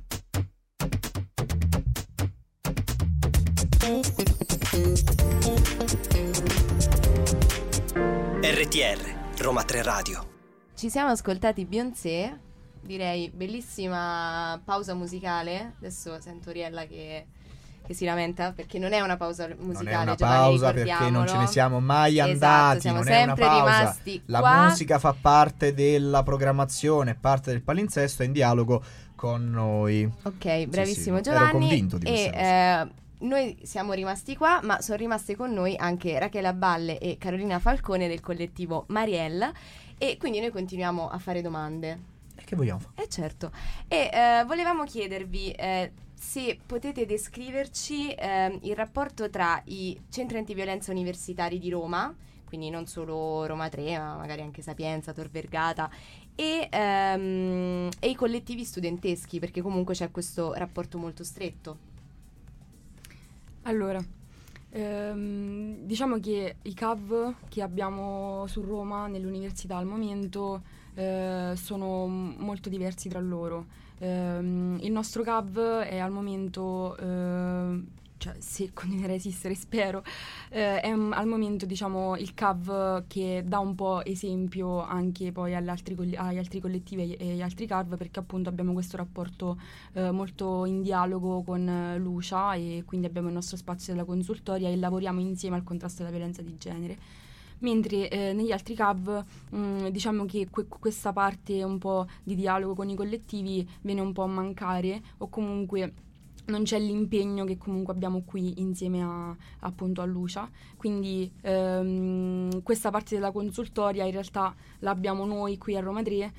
RTR, Roma 3 Radio. Ci siamo ascoltati Beyoncé, direi bellissima pausa musicale. Adesso sento Riella che si lamenta perché non è una pausa musicale. Non è una Giovanni, pausa perché non ce ne siamo mai andati, siamo non sempre è una pausa. rimasti La qua. musica fa parte della programmazione, parte del palinsesto, è in dialogo con noi. Ok, bravissimo sì, Giovanni. ero convinto di questa cosa. Noi siamo rimasti qua, ma sono rimaste con noi anche Rachele Aballe e Carolina Falcone del collettivo Mariella, e quindi noi continuiamo a fare domande. E che vogliamo fare? Certo. E volevamo chiedervi se potete descriverci il rapporto tra i centri antiviolenza universitari di Roma, quindi non solo Roma 3, ma magari anche Sapienza, Tor Vergata, e i collettivi studenteschi, perché comunque c'è questo rapporto molto stretto. Allora, diciamo che i CAV che abbiamo su Roma nell'università al momento sono molto diversi tra loro. Il nostro CAV è al momento, cioè se continuerà a esistere spero, è al momento diciamo il CAV che dà un po' esempio anche poi agli altri collettivi e agli altri CAV, perché appunto abbiamo questo rapporto molto in dialogo con Lucia, e quindi abbiamo il nostro spazio della consultoria e lavoriamo insieme al contrasto della violenza di genere. Mentre negli altri CAV diciamo che questa parte un po' di dialogo con i collettivi viene un po' a mancare, o comunque non c'è l'impegno che comunque abbiamo qui insieme appunto a Lucia. Quindi questa parte della consultoria in realtà l'abbiamo noi qui a Roma 3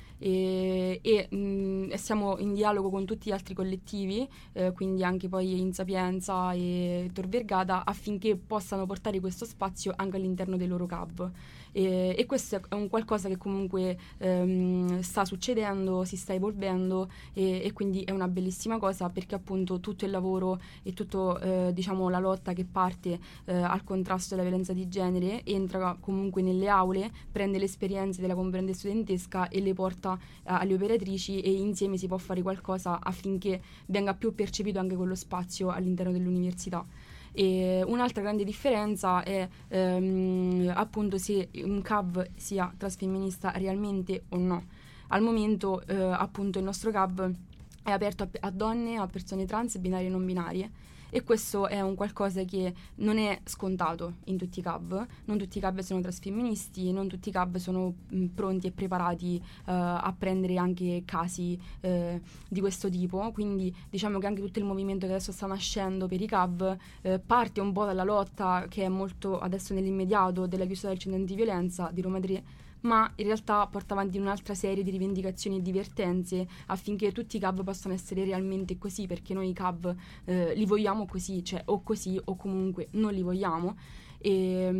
e siamo in dialogo con tutti gli altri collettivi, quindi anche poi in Sapienza e Tor Vergata, affinché possano portare questo spazio anche all'interno dei loro CAV. E questo è un qualcosa che comunque sta succedendo, si sta evolvendo, e quindi è una bellissima cosa, perché appunto tutto il lavoro e tutto diciamo la lotta che parte al contrasto della violenza di genere entra comunque nelle aule, prende le esperienze della componente studentesca e le porta alle operatrici, e insieme si può fare qualcosa affinché venga più percepito anche quello spazio all'interno dell'università. E un'altra grande differenza è appunto se un CAV sia transfemminista realmente o no. Al momento appunto il nostro CAV è aperto a donne, a persone trans, binarie e non binarie, e questo è un qualcosa che non è scontato in tutti i CAV. Non tutti i CAV sono transfemministi, non tutti i CAV sono pronti e preparati a prendere anche casi di questo tipo. Quindi diciamo che anche tutto il movimento che adesso sta nascendo per i CAV parte un po' dalla lotta che è molto adesso nell'immediato della chiusura del centro antiviolenza di Roma 3, ma in realtà porta avanti un'altra serie di rivendicazioni e di vertenze affinché tutti i CAV possano essere realmente così, perché noi i CAV li vogliamo così, cioè o così o comunque non li vogliamo. E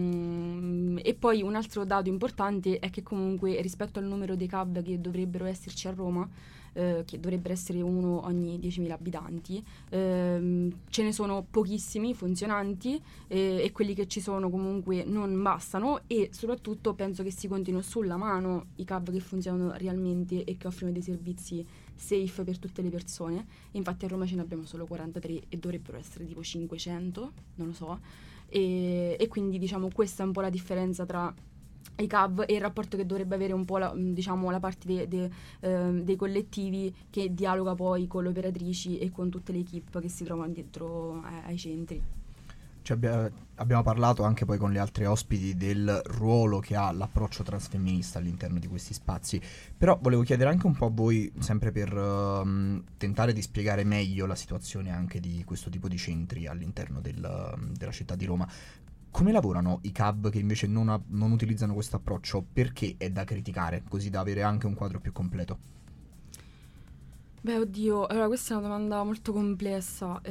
poi un altro dato importante è che comunque rispetto al numero dei CAV che dovrebbero esserci a Roma, che dovrebbero essere uno ogni 10.000 abitanti, ce ne sono pochissimi funzionanti, e quelli che ci sono comunque non bastano, e soprattutto penso che si continui sulla mano i CAV che funzionano realmente e che offrono dei servizi safe per tutte le persone. Infatti a Roma ce ne abbiamo solo 43 e dovrebbero essere tipo 500, non lo so, e quindi diciamo questa è un po' la differenza tra i CAV e il rapporto che dovrebbe avere un po' la parte dei collettivi, che dialoga poi con le operatrici e con tutte le equip che si trovano dietro ai centri. Abbiamo parlato anche poi con le altre ospiti del ruolo che ha l'approccio transfemminista all'interno di questi spazi, però volevo chiedere anche un po' a voi, sempre per tentare di spiegare meglio la situazione anche di questo tipo di centri all'interno della città di Roma. Come lavorano i CAV che invece non utilizzano questo approccio? Perché è da criticare, così da avere anche un quadro più completo? Beh, oddio, allora questa è una domanda molto complessa.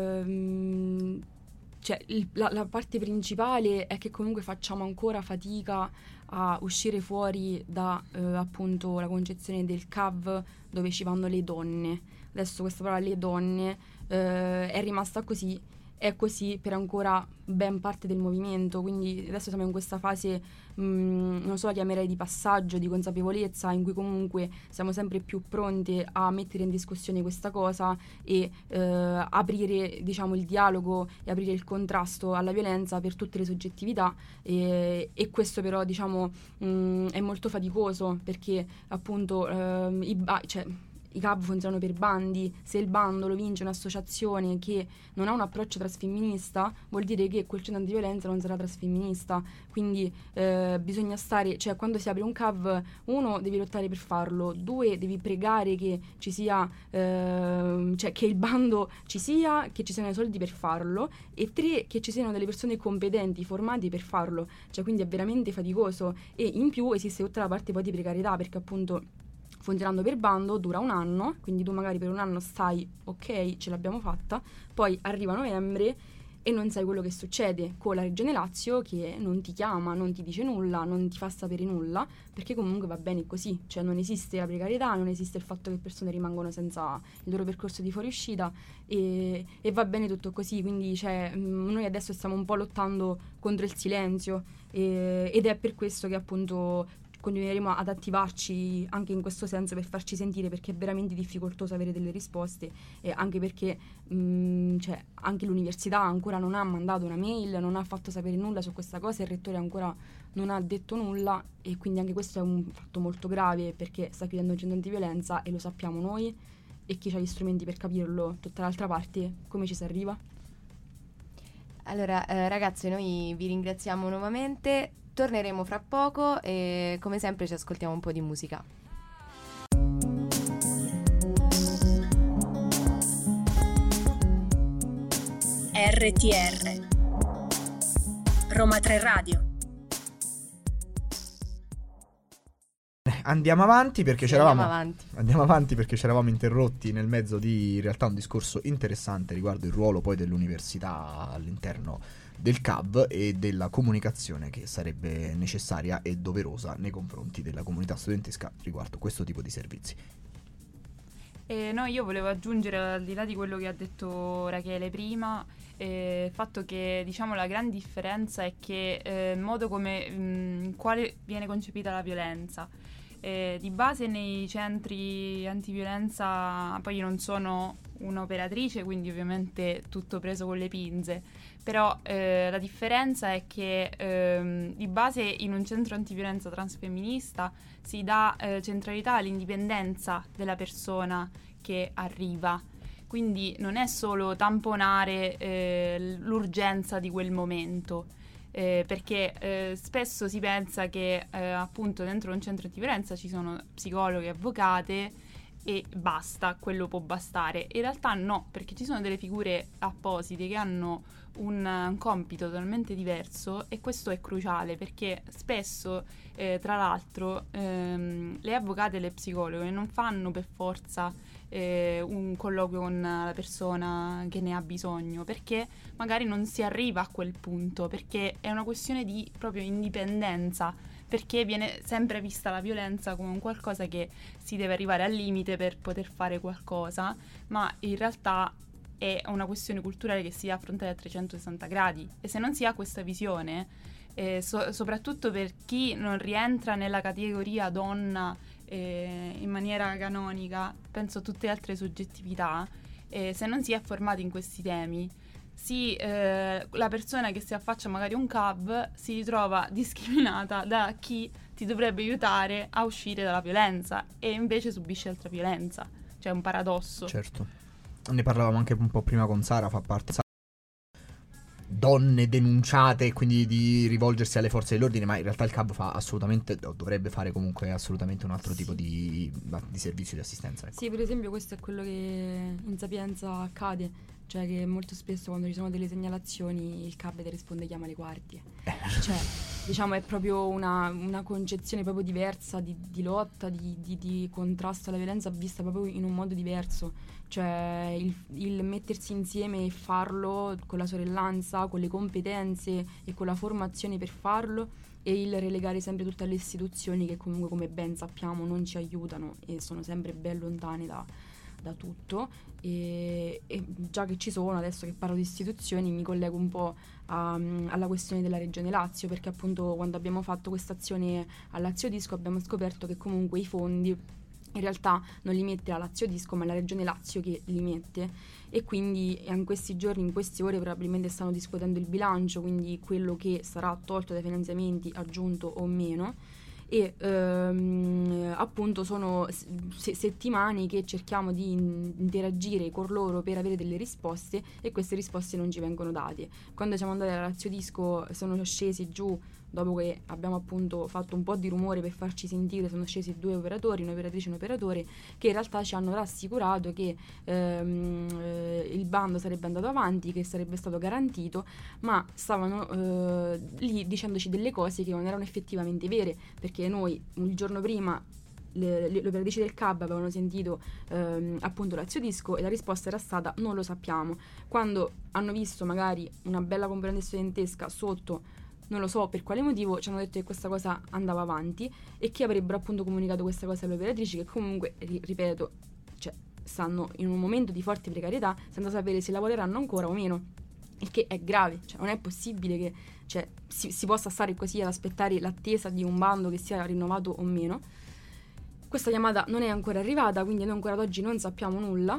Cioè, la parte principale è che comunque facciamo ancora fatica a uscire fuori da appunto la concezione del CAV dove ci vanno le donne. Adesso questa parola le donne è rimasta così. È così per ancora ben parte del movimento, quindi adesso siamo in questa fase, non so, la chiamerei di passaggio, di consapevolezza, in cui comunque siamo sempre più pronte a mettere in discussione questa cosa e aprire, diciamo, il dialogo e aprire il contrasto alla violenza per tutte le soggettività, e questo però, diciamo, è molto faticoso, perché appunto i CAV funzionano per bandi. Se il bando lo vince un'associazione che non ha un approccio transfemminista, vuol dire che quel centro antiviolenza non sarà transfemminista. Quindi bisogna stare, cioè quando si apre un CAV, uno, devi lottare per farlo, due, devi pregare che ci sia, cioè che il bando ci sia, che ci siano i soldi per farlo, e tre, che ci siano delle persone competenti, formate per farlo. Cioè quindi è veramente faticoso, e in più esiste tutta la parte poi di precarietà, perché appunto funzionando per bando, dura un anno, quindi tu magari per un anno stai ok, ce l'abbiamo fatta, poi arriva novembre e non sai quello che succede con la Regione Lazio, che non ti chiama, non ti dice nulla, non ti fa sapere nulla, perché comunque va bene così, cioè non esiste la precarietà, non esiste il fatto che persone rimangono senza il loro percorso di fuoriuscita e va bene tutto così, quindi cioè, noi adesso stiamo un po' lottando contro il silenzio ed è per questo che appunto continueremo ad attivarci anche in questo senso per farci sentire, perché è veramente difficoltoso avere delle risposte, e anche perché cioè, anche l'università ancora non ha mandato una mail, non ha fatto sapere nulla su questa cosa, il rettore ancora non ha detto nulla, e quindi anche questo è un fatto molto grave, perché sta chiudendo un centro antiviolenza e lo sappiamo noi, e chi ha gli strumenti per capirlo, tutta l'altra parte come ci si arriva? Allora, ragazzi, noi vi ringraziamo nuovamente. Torneremo fra poco e come sempre ci ascoltiamo un po' di musica. RTR Roma 3 Radio. Andiamo avanti perché Andiamo avanti perché ci eravamo interrotti nel mezzo di in realtà un discorso interessante riguardo il ruolo poi dell'università all'interno del CAV e della comunicazione che sarebbe necessaria e doverosa nei confronti della comunità studentesca riguardo questo tipo di servizi. No, io volevo aggiungere, al di là di quello che ha detto Rachele prima, il fatto che diciamo la gran differenza è che il modo come in quale viene concepita la violenza. Di base nei centri antiviolenza, poi io non sono un'operatrice, quindi ovviamente tutto preso con le pinze, però la differenza è che di base in un centro antiviolenza transfemminista si dà centralità all'indipendenza della persona che arriva, quindi non è solo tamponare l'urgenza di quel momento. Perché spesso si pensa che appunto dentro un centro antiviolenza ci sono psicologhe, avvocate e basta, quello può bastare. In realtà no, perché ci sono delle figure apposite che hanno un compito totalmente diverso, e questo è cruciale perché spesso tra l'altro le avvocate e le psicologhe non fanno per forza un colloquio con la persona che ne ha bisogno, perché magari non si arriva a quel punto, perché è una questione di proprio indipendenza, perché viene sempre vista la violenza come un qualcosa che si deve arrivare al limite per poter fare qualcosa, ma in realtà è una questione culturale che si affronta a 360 gradi, e se non si ha questa visione, soprattutto per chi non rientra nella categoria donna in maniera canonica, penso a tutte le altre soggettività, se non si è formati in questi temi, la persona che si affaccia magari a un CAV si ritrova discriminata da chi ti dovrebbe aiutare a uscire dalla violenza, e invece subisce altra violenza, cioè è un paradosso. Certo, ne parlavamo anche un po' prima con Sara, fa parte donne denunciate, quindi di rivolgersi alle forze dell'ordine, ma in realtà il CAV fa assolutamente, o dovrebbe fare comunque assolutamente un altro tipo di servizio di assistenza, ecco. Sì, per esempio questo è quello che in Sapienza accade, cioè che molto spesso quando ci sono delle segnalazioni il CAV ti risponde chiama le guardie, cioè diciamo è proprio una concezione proprio diversa di lotta, di contrasto alla violenza, vista proprio in un modo diverso, cioè il mettersi insieme e farlo con la sorellanza, con le competenze e con la formazione per farlo, e il relegare sempre tutte alle istituzioni che comunque, come ben sappiamo, non ci aiutano e sono sempre ben lontane da tutto. E già che ci sono, adesso che parlo di istituzioni, mi collego un po' alla questione della Regione Lazio, perché appunto quando abbiamo fatto questa azione al Lazio Disco abbiamo scoperto che comunque i fondi in realtà non li mette la Lazio Disco, ma è la Regione Lazio che li mette, e quindi in questi giorni, in queste ore probabilmente stanno discutendo il bilancio, quindi quello che sarà tolto dai finanziamenti, aggiunto o meno, e appunto sono settimane che cerchiamo di interagire con loro per avere delle risposte, e queste risposte non ci vengono date. Quando siamo andati alla Lazio Disco sono scesi giù, dopo che abbiamo appunto fatto un po' di rumore per farci sentire, sono scesi 2 operatori, un'operatrice e un operatore, che in realtà ci hanno rassicurato che il bando sarebbe andato avanti, che sarebbe stato garantito, ma stavano lì dicendoci delle cose che non erano effettivamente vere, perché noi il giorno prima le operatrici del CAB avevano sentito appunto Lazio Disco, e la risposta era stata: non lo sappiamo. Quando hanno visto magari una bella componente studentesca sotto, non lo so per quale motivo, ci hanno detto che questa cosa andava avanti e che avrebbero appunto comunicato questa cosa alle operatrici, che comunque, ripeto, cioè, stanno in un momento di forte precarietà senza sapere se lavoreranno ancora o meno, il che è grave. Cioè, non è possibile che, cioè, si possa stare così ad aspettare l'attesa di un bando che sia rinnovato o meno. Questa chiamata non è ancora arrivata, quindi noi ancora ad oggi non sappiamo nulla.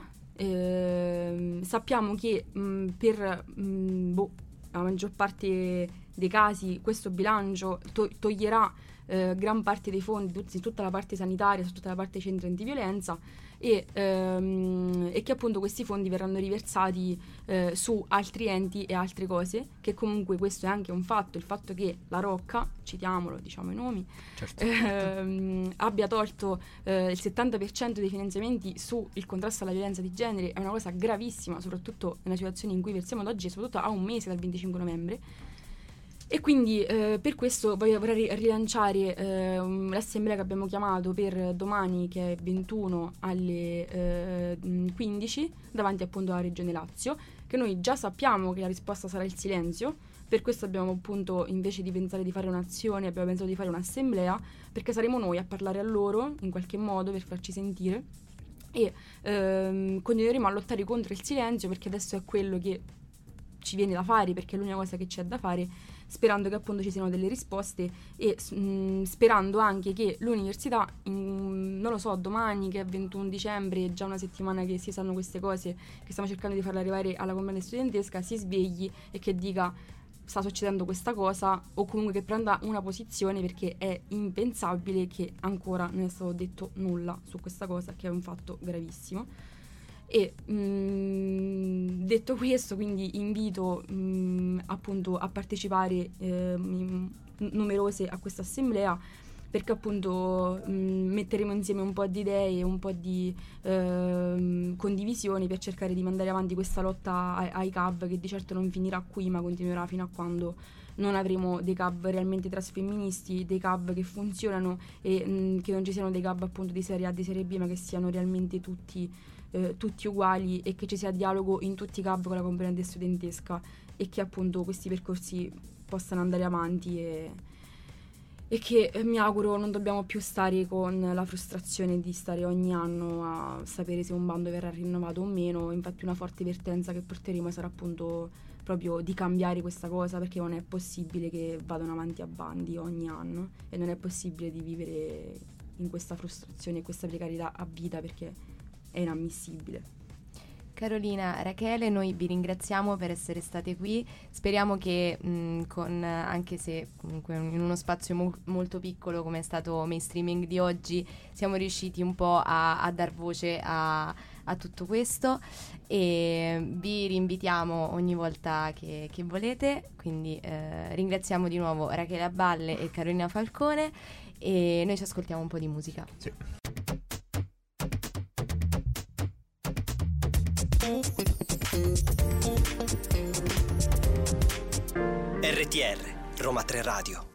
Sappiamo che per la maggior parte dei casi questo bilancio toglierà gran parte dei fondi su tutta la parte sanitaria, su tutta la parte centri antiviolenza, e che appunto questi fondi verranno riversati su altri enti e altre cose, che comunque questo è anche un fatto. Il fatto che la Rocca, citiamolo, diciamo i nomi, Certo. abbia tolto il 70% dei finanziamenti sul contrasto alla violenza di genere è una cosa gravissima, soprattutto nella situazione in cui versiamo ad oggi, e soprattutto a un mese dal 25 novembre. E quindi per questo vorrei rilanciare l'assemblea che abbiamo chiamato per domani, che è 21 alle 15, davanti appunto alla Regione Lazio, che noi già sappiamo che la risposta sarà il silenzio. Per questo abbiamo appunto, invece di pensare di fare un'azione, abbiamo pensato di fare un'assemblea, perché saremo noi a parlare a loro in qualche modo per farci sentire, e continueremo a lottare contro il silenzio, perché adesso è quello che ci viene da fare, perché è l'unica cosa che c'è da fare, sperando che appunto ci siano delle risposte, e sperando anche che l'università, non lo so, domani che è 21 dicembre, già una settimana che si sanno queste cose, che stiamo cercando di farle arrivare alla componente studentesca, si svegli e che dica: sta succedendo questa cosa, o comunque che prenda una posizione, perché è impensabile che ancora non è stato detto nulla su questa cosa, che è un fatto gravissimo. E detto questo, quindi invito appunto a partecipare numerose a questa assemblea, perché appunto metteremo insieme un po' di idee, un po' di condivisioni, per cercare di mandare avanti questa lotta ai CAV, che di certo non finirà qui, ma continuerà fino a quando non avremo dei CAV realmente trasfemministi, dei CAV che funzionano, e che non ci siano dei CAV appunto di serie A, di serie B, ma che siano realmente tutti uguali, e che ci sia dialogo in tutti i CAV con la componente studentesca, e che appunto questi percorsi possano andare avanti, e che mi auguro non dobbiamo più stare con la frustrazione di stare ogni anno a sapere se un bando verrà rinnovato o meno. Infatti una forte vertenza che porteremo sarà appunto proprio di cambiare questa cosa, perché non è possibile che vadano avanti a bandi ogni anno, e non è possibile di vivere in questa frustrazione e questa precarietà a vita, perché è inammissibile. Carolina, Rachele, noi vi ringraziamo per essere state qui. Speriamo che anche se comunque in uno spazio molto piccolo come è stato Mainstreaming di oggi, siamo riusciti un po' a dar voce a tutto questo, e vi rinvitiamo ogni volta che volete. Quindi ringraziamo di nuovo Rachele Abballe e Carolina Falcone, e noi ci ascoltiamo un po' di musica. Sì. RTR Roma 3 Radio.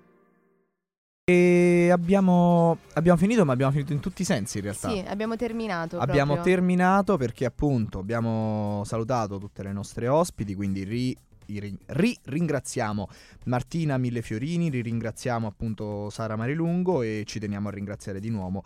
E abbiamo finito, ma abbiamo finito in tutti i sensi in realtà. Sì, abbiamo terminato. Abbiamo proprio. terminato perché appunto abbiamo salutato tutte le nostre ospiti, quindi ringraziamo Martina Millefiorini, ringraziamo appunto Sara Marilungo, e ci teniamo a ringraziare di nuovo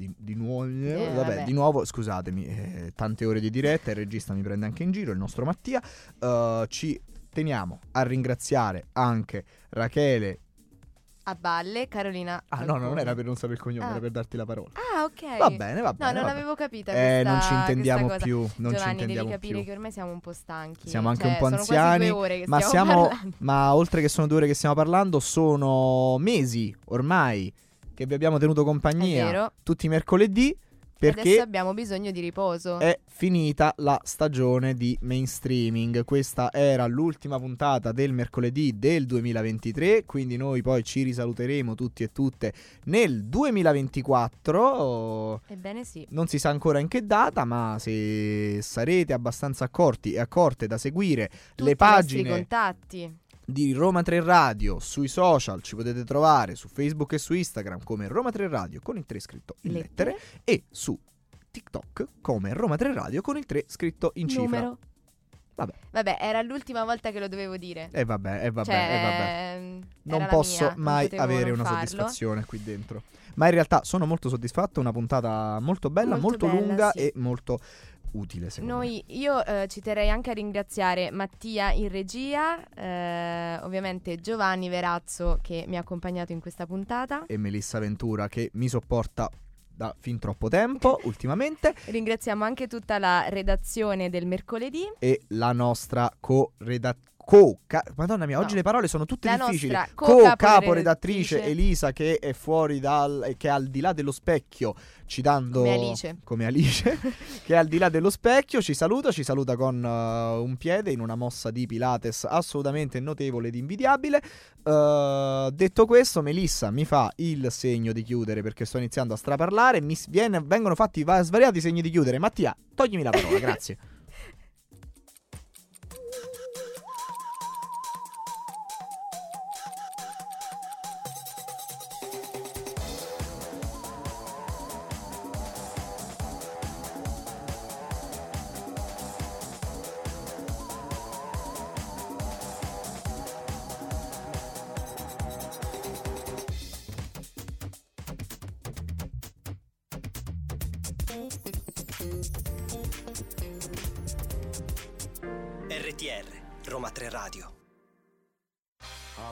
di nuovo, scusatemi, tante ore di diretta, il regista mi prende anche in giro, il nostro Mattia. Ci teniamo a ringraziare anche Rachele Abballe, Carolina Falcone. No, non era per non sapere il cognome, era per darti la parola. Ok. Va bene. No, non l'avevo capita questa, non ci intendiamo questa cosa. più. Giovanni, devi capire che ormai siamo un po' stanchi. Siamo anche un po' sono anziani. Quasi 2 ore che stiamo parlando. Ma oltre che sono 2 ore che stiamo parlando, sono mesi ormai che vi abbiamo tenuto compagnia tutti i mercoledì, perché adesso abbiamo bisogno di riposo. È finita la stagione di Mainstreaming. Questa era l'ultima puntata del mercoledì del 2023, quindi noi poi ci risaluteremo tutti e tutte nel 2024. Ebbene sì. Non si sa ancora in che data, ma se sarete abbastanza accorti e accorte da seguire tutti le pagine i contatti di Roma 3 Radio. Sui social ci potete trovare su Facebook e su Instagram come Roma 3 Radio con il 3 scritto in lettere, e su TikTok come Roma 3 Radio con il 3 scritto in cifra. Numero. Vabbè, era l'ultima volta che lo dovevo dire. vabbè. Non era la posso mia, non mai potevo avere non una farlo. soddisfazione qui dentro. Ma in realtà sono molto soddisfatto, una puntata molto bella, molto bella, lunga sì. e molto utile, secondo me. Io ci terrei anche a ringraziare Mattia in regia, ovviamente Giovanni Verazzo che mi ha accompagnato in questa puntata. E Melissa Ventura che mi sopporta da fin troppo tempo ultimamente. Ringraziamo anche tutta la redazione del mercoledì. E la nostra Madonna mia, oggi No. le parole sono tutte La difficili. nostra Co-caporedattrice Elisa, che è fuori che è al di là dello specchio, ci dando come Alice che è al di là dello specchio, ci saluta con un piede in una mossa di Pilates assolutamente notevole ed invidiabile. Detto questo, Melissa mi fa il segno di chiudere perché sto iniziando a straparlare, vengono fatti svariati segni di chiudere. Mattia, toglimi la parola, grazie. RTR Roma 3 Radio.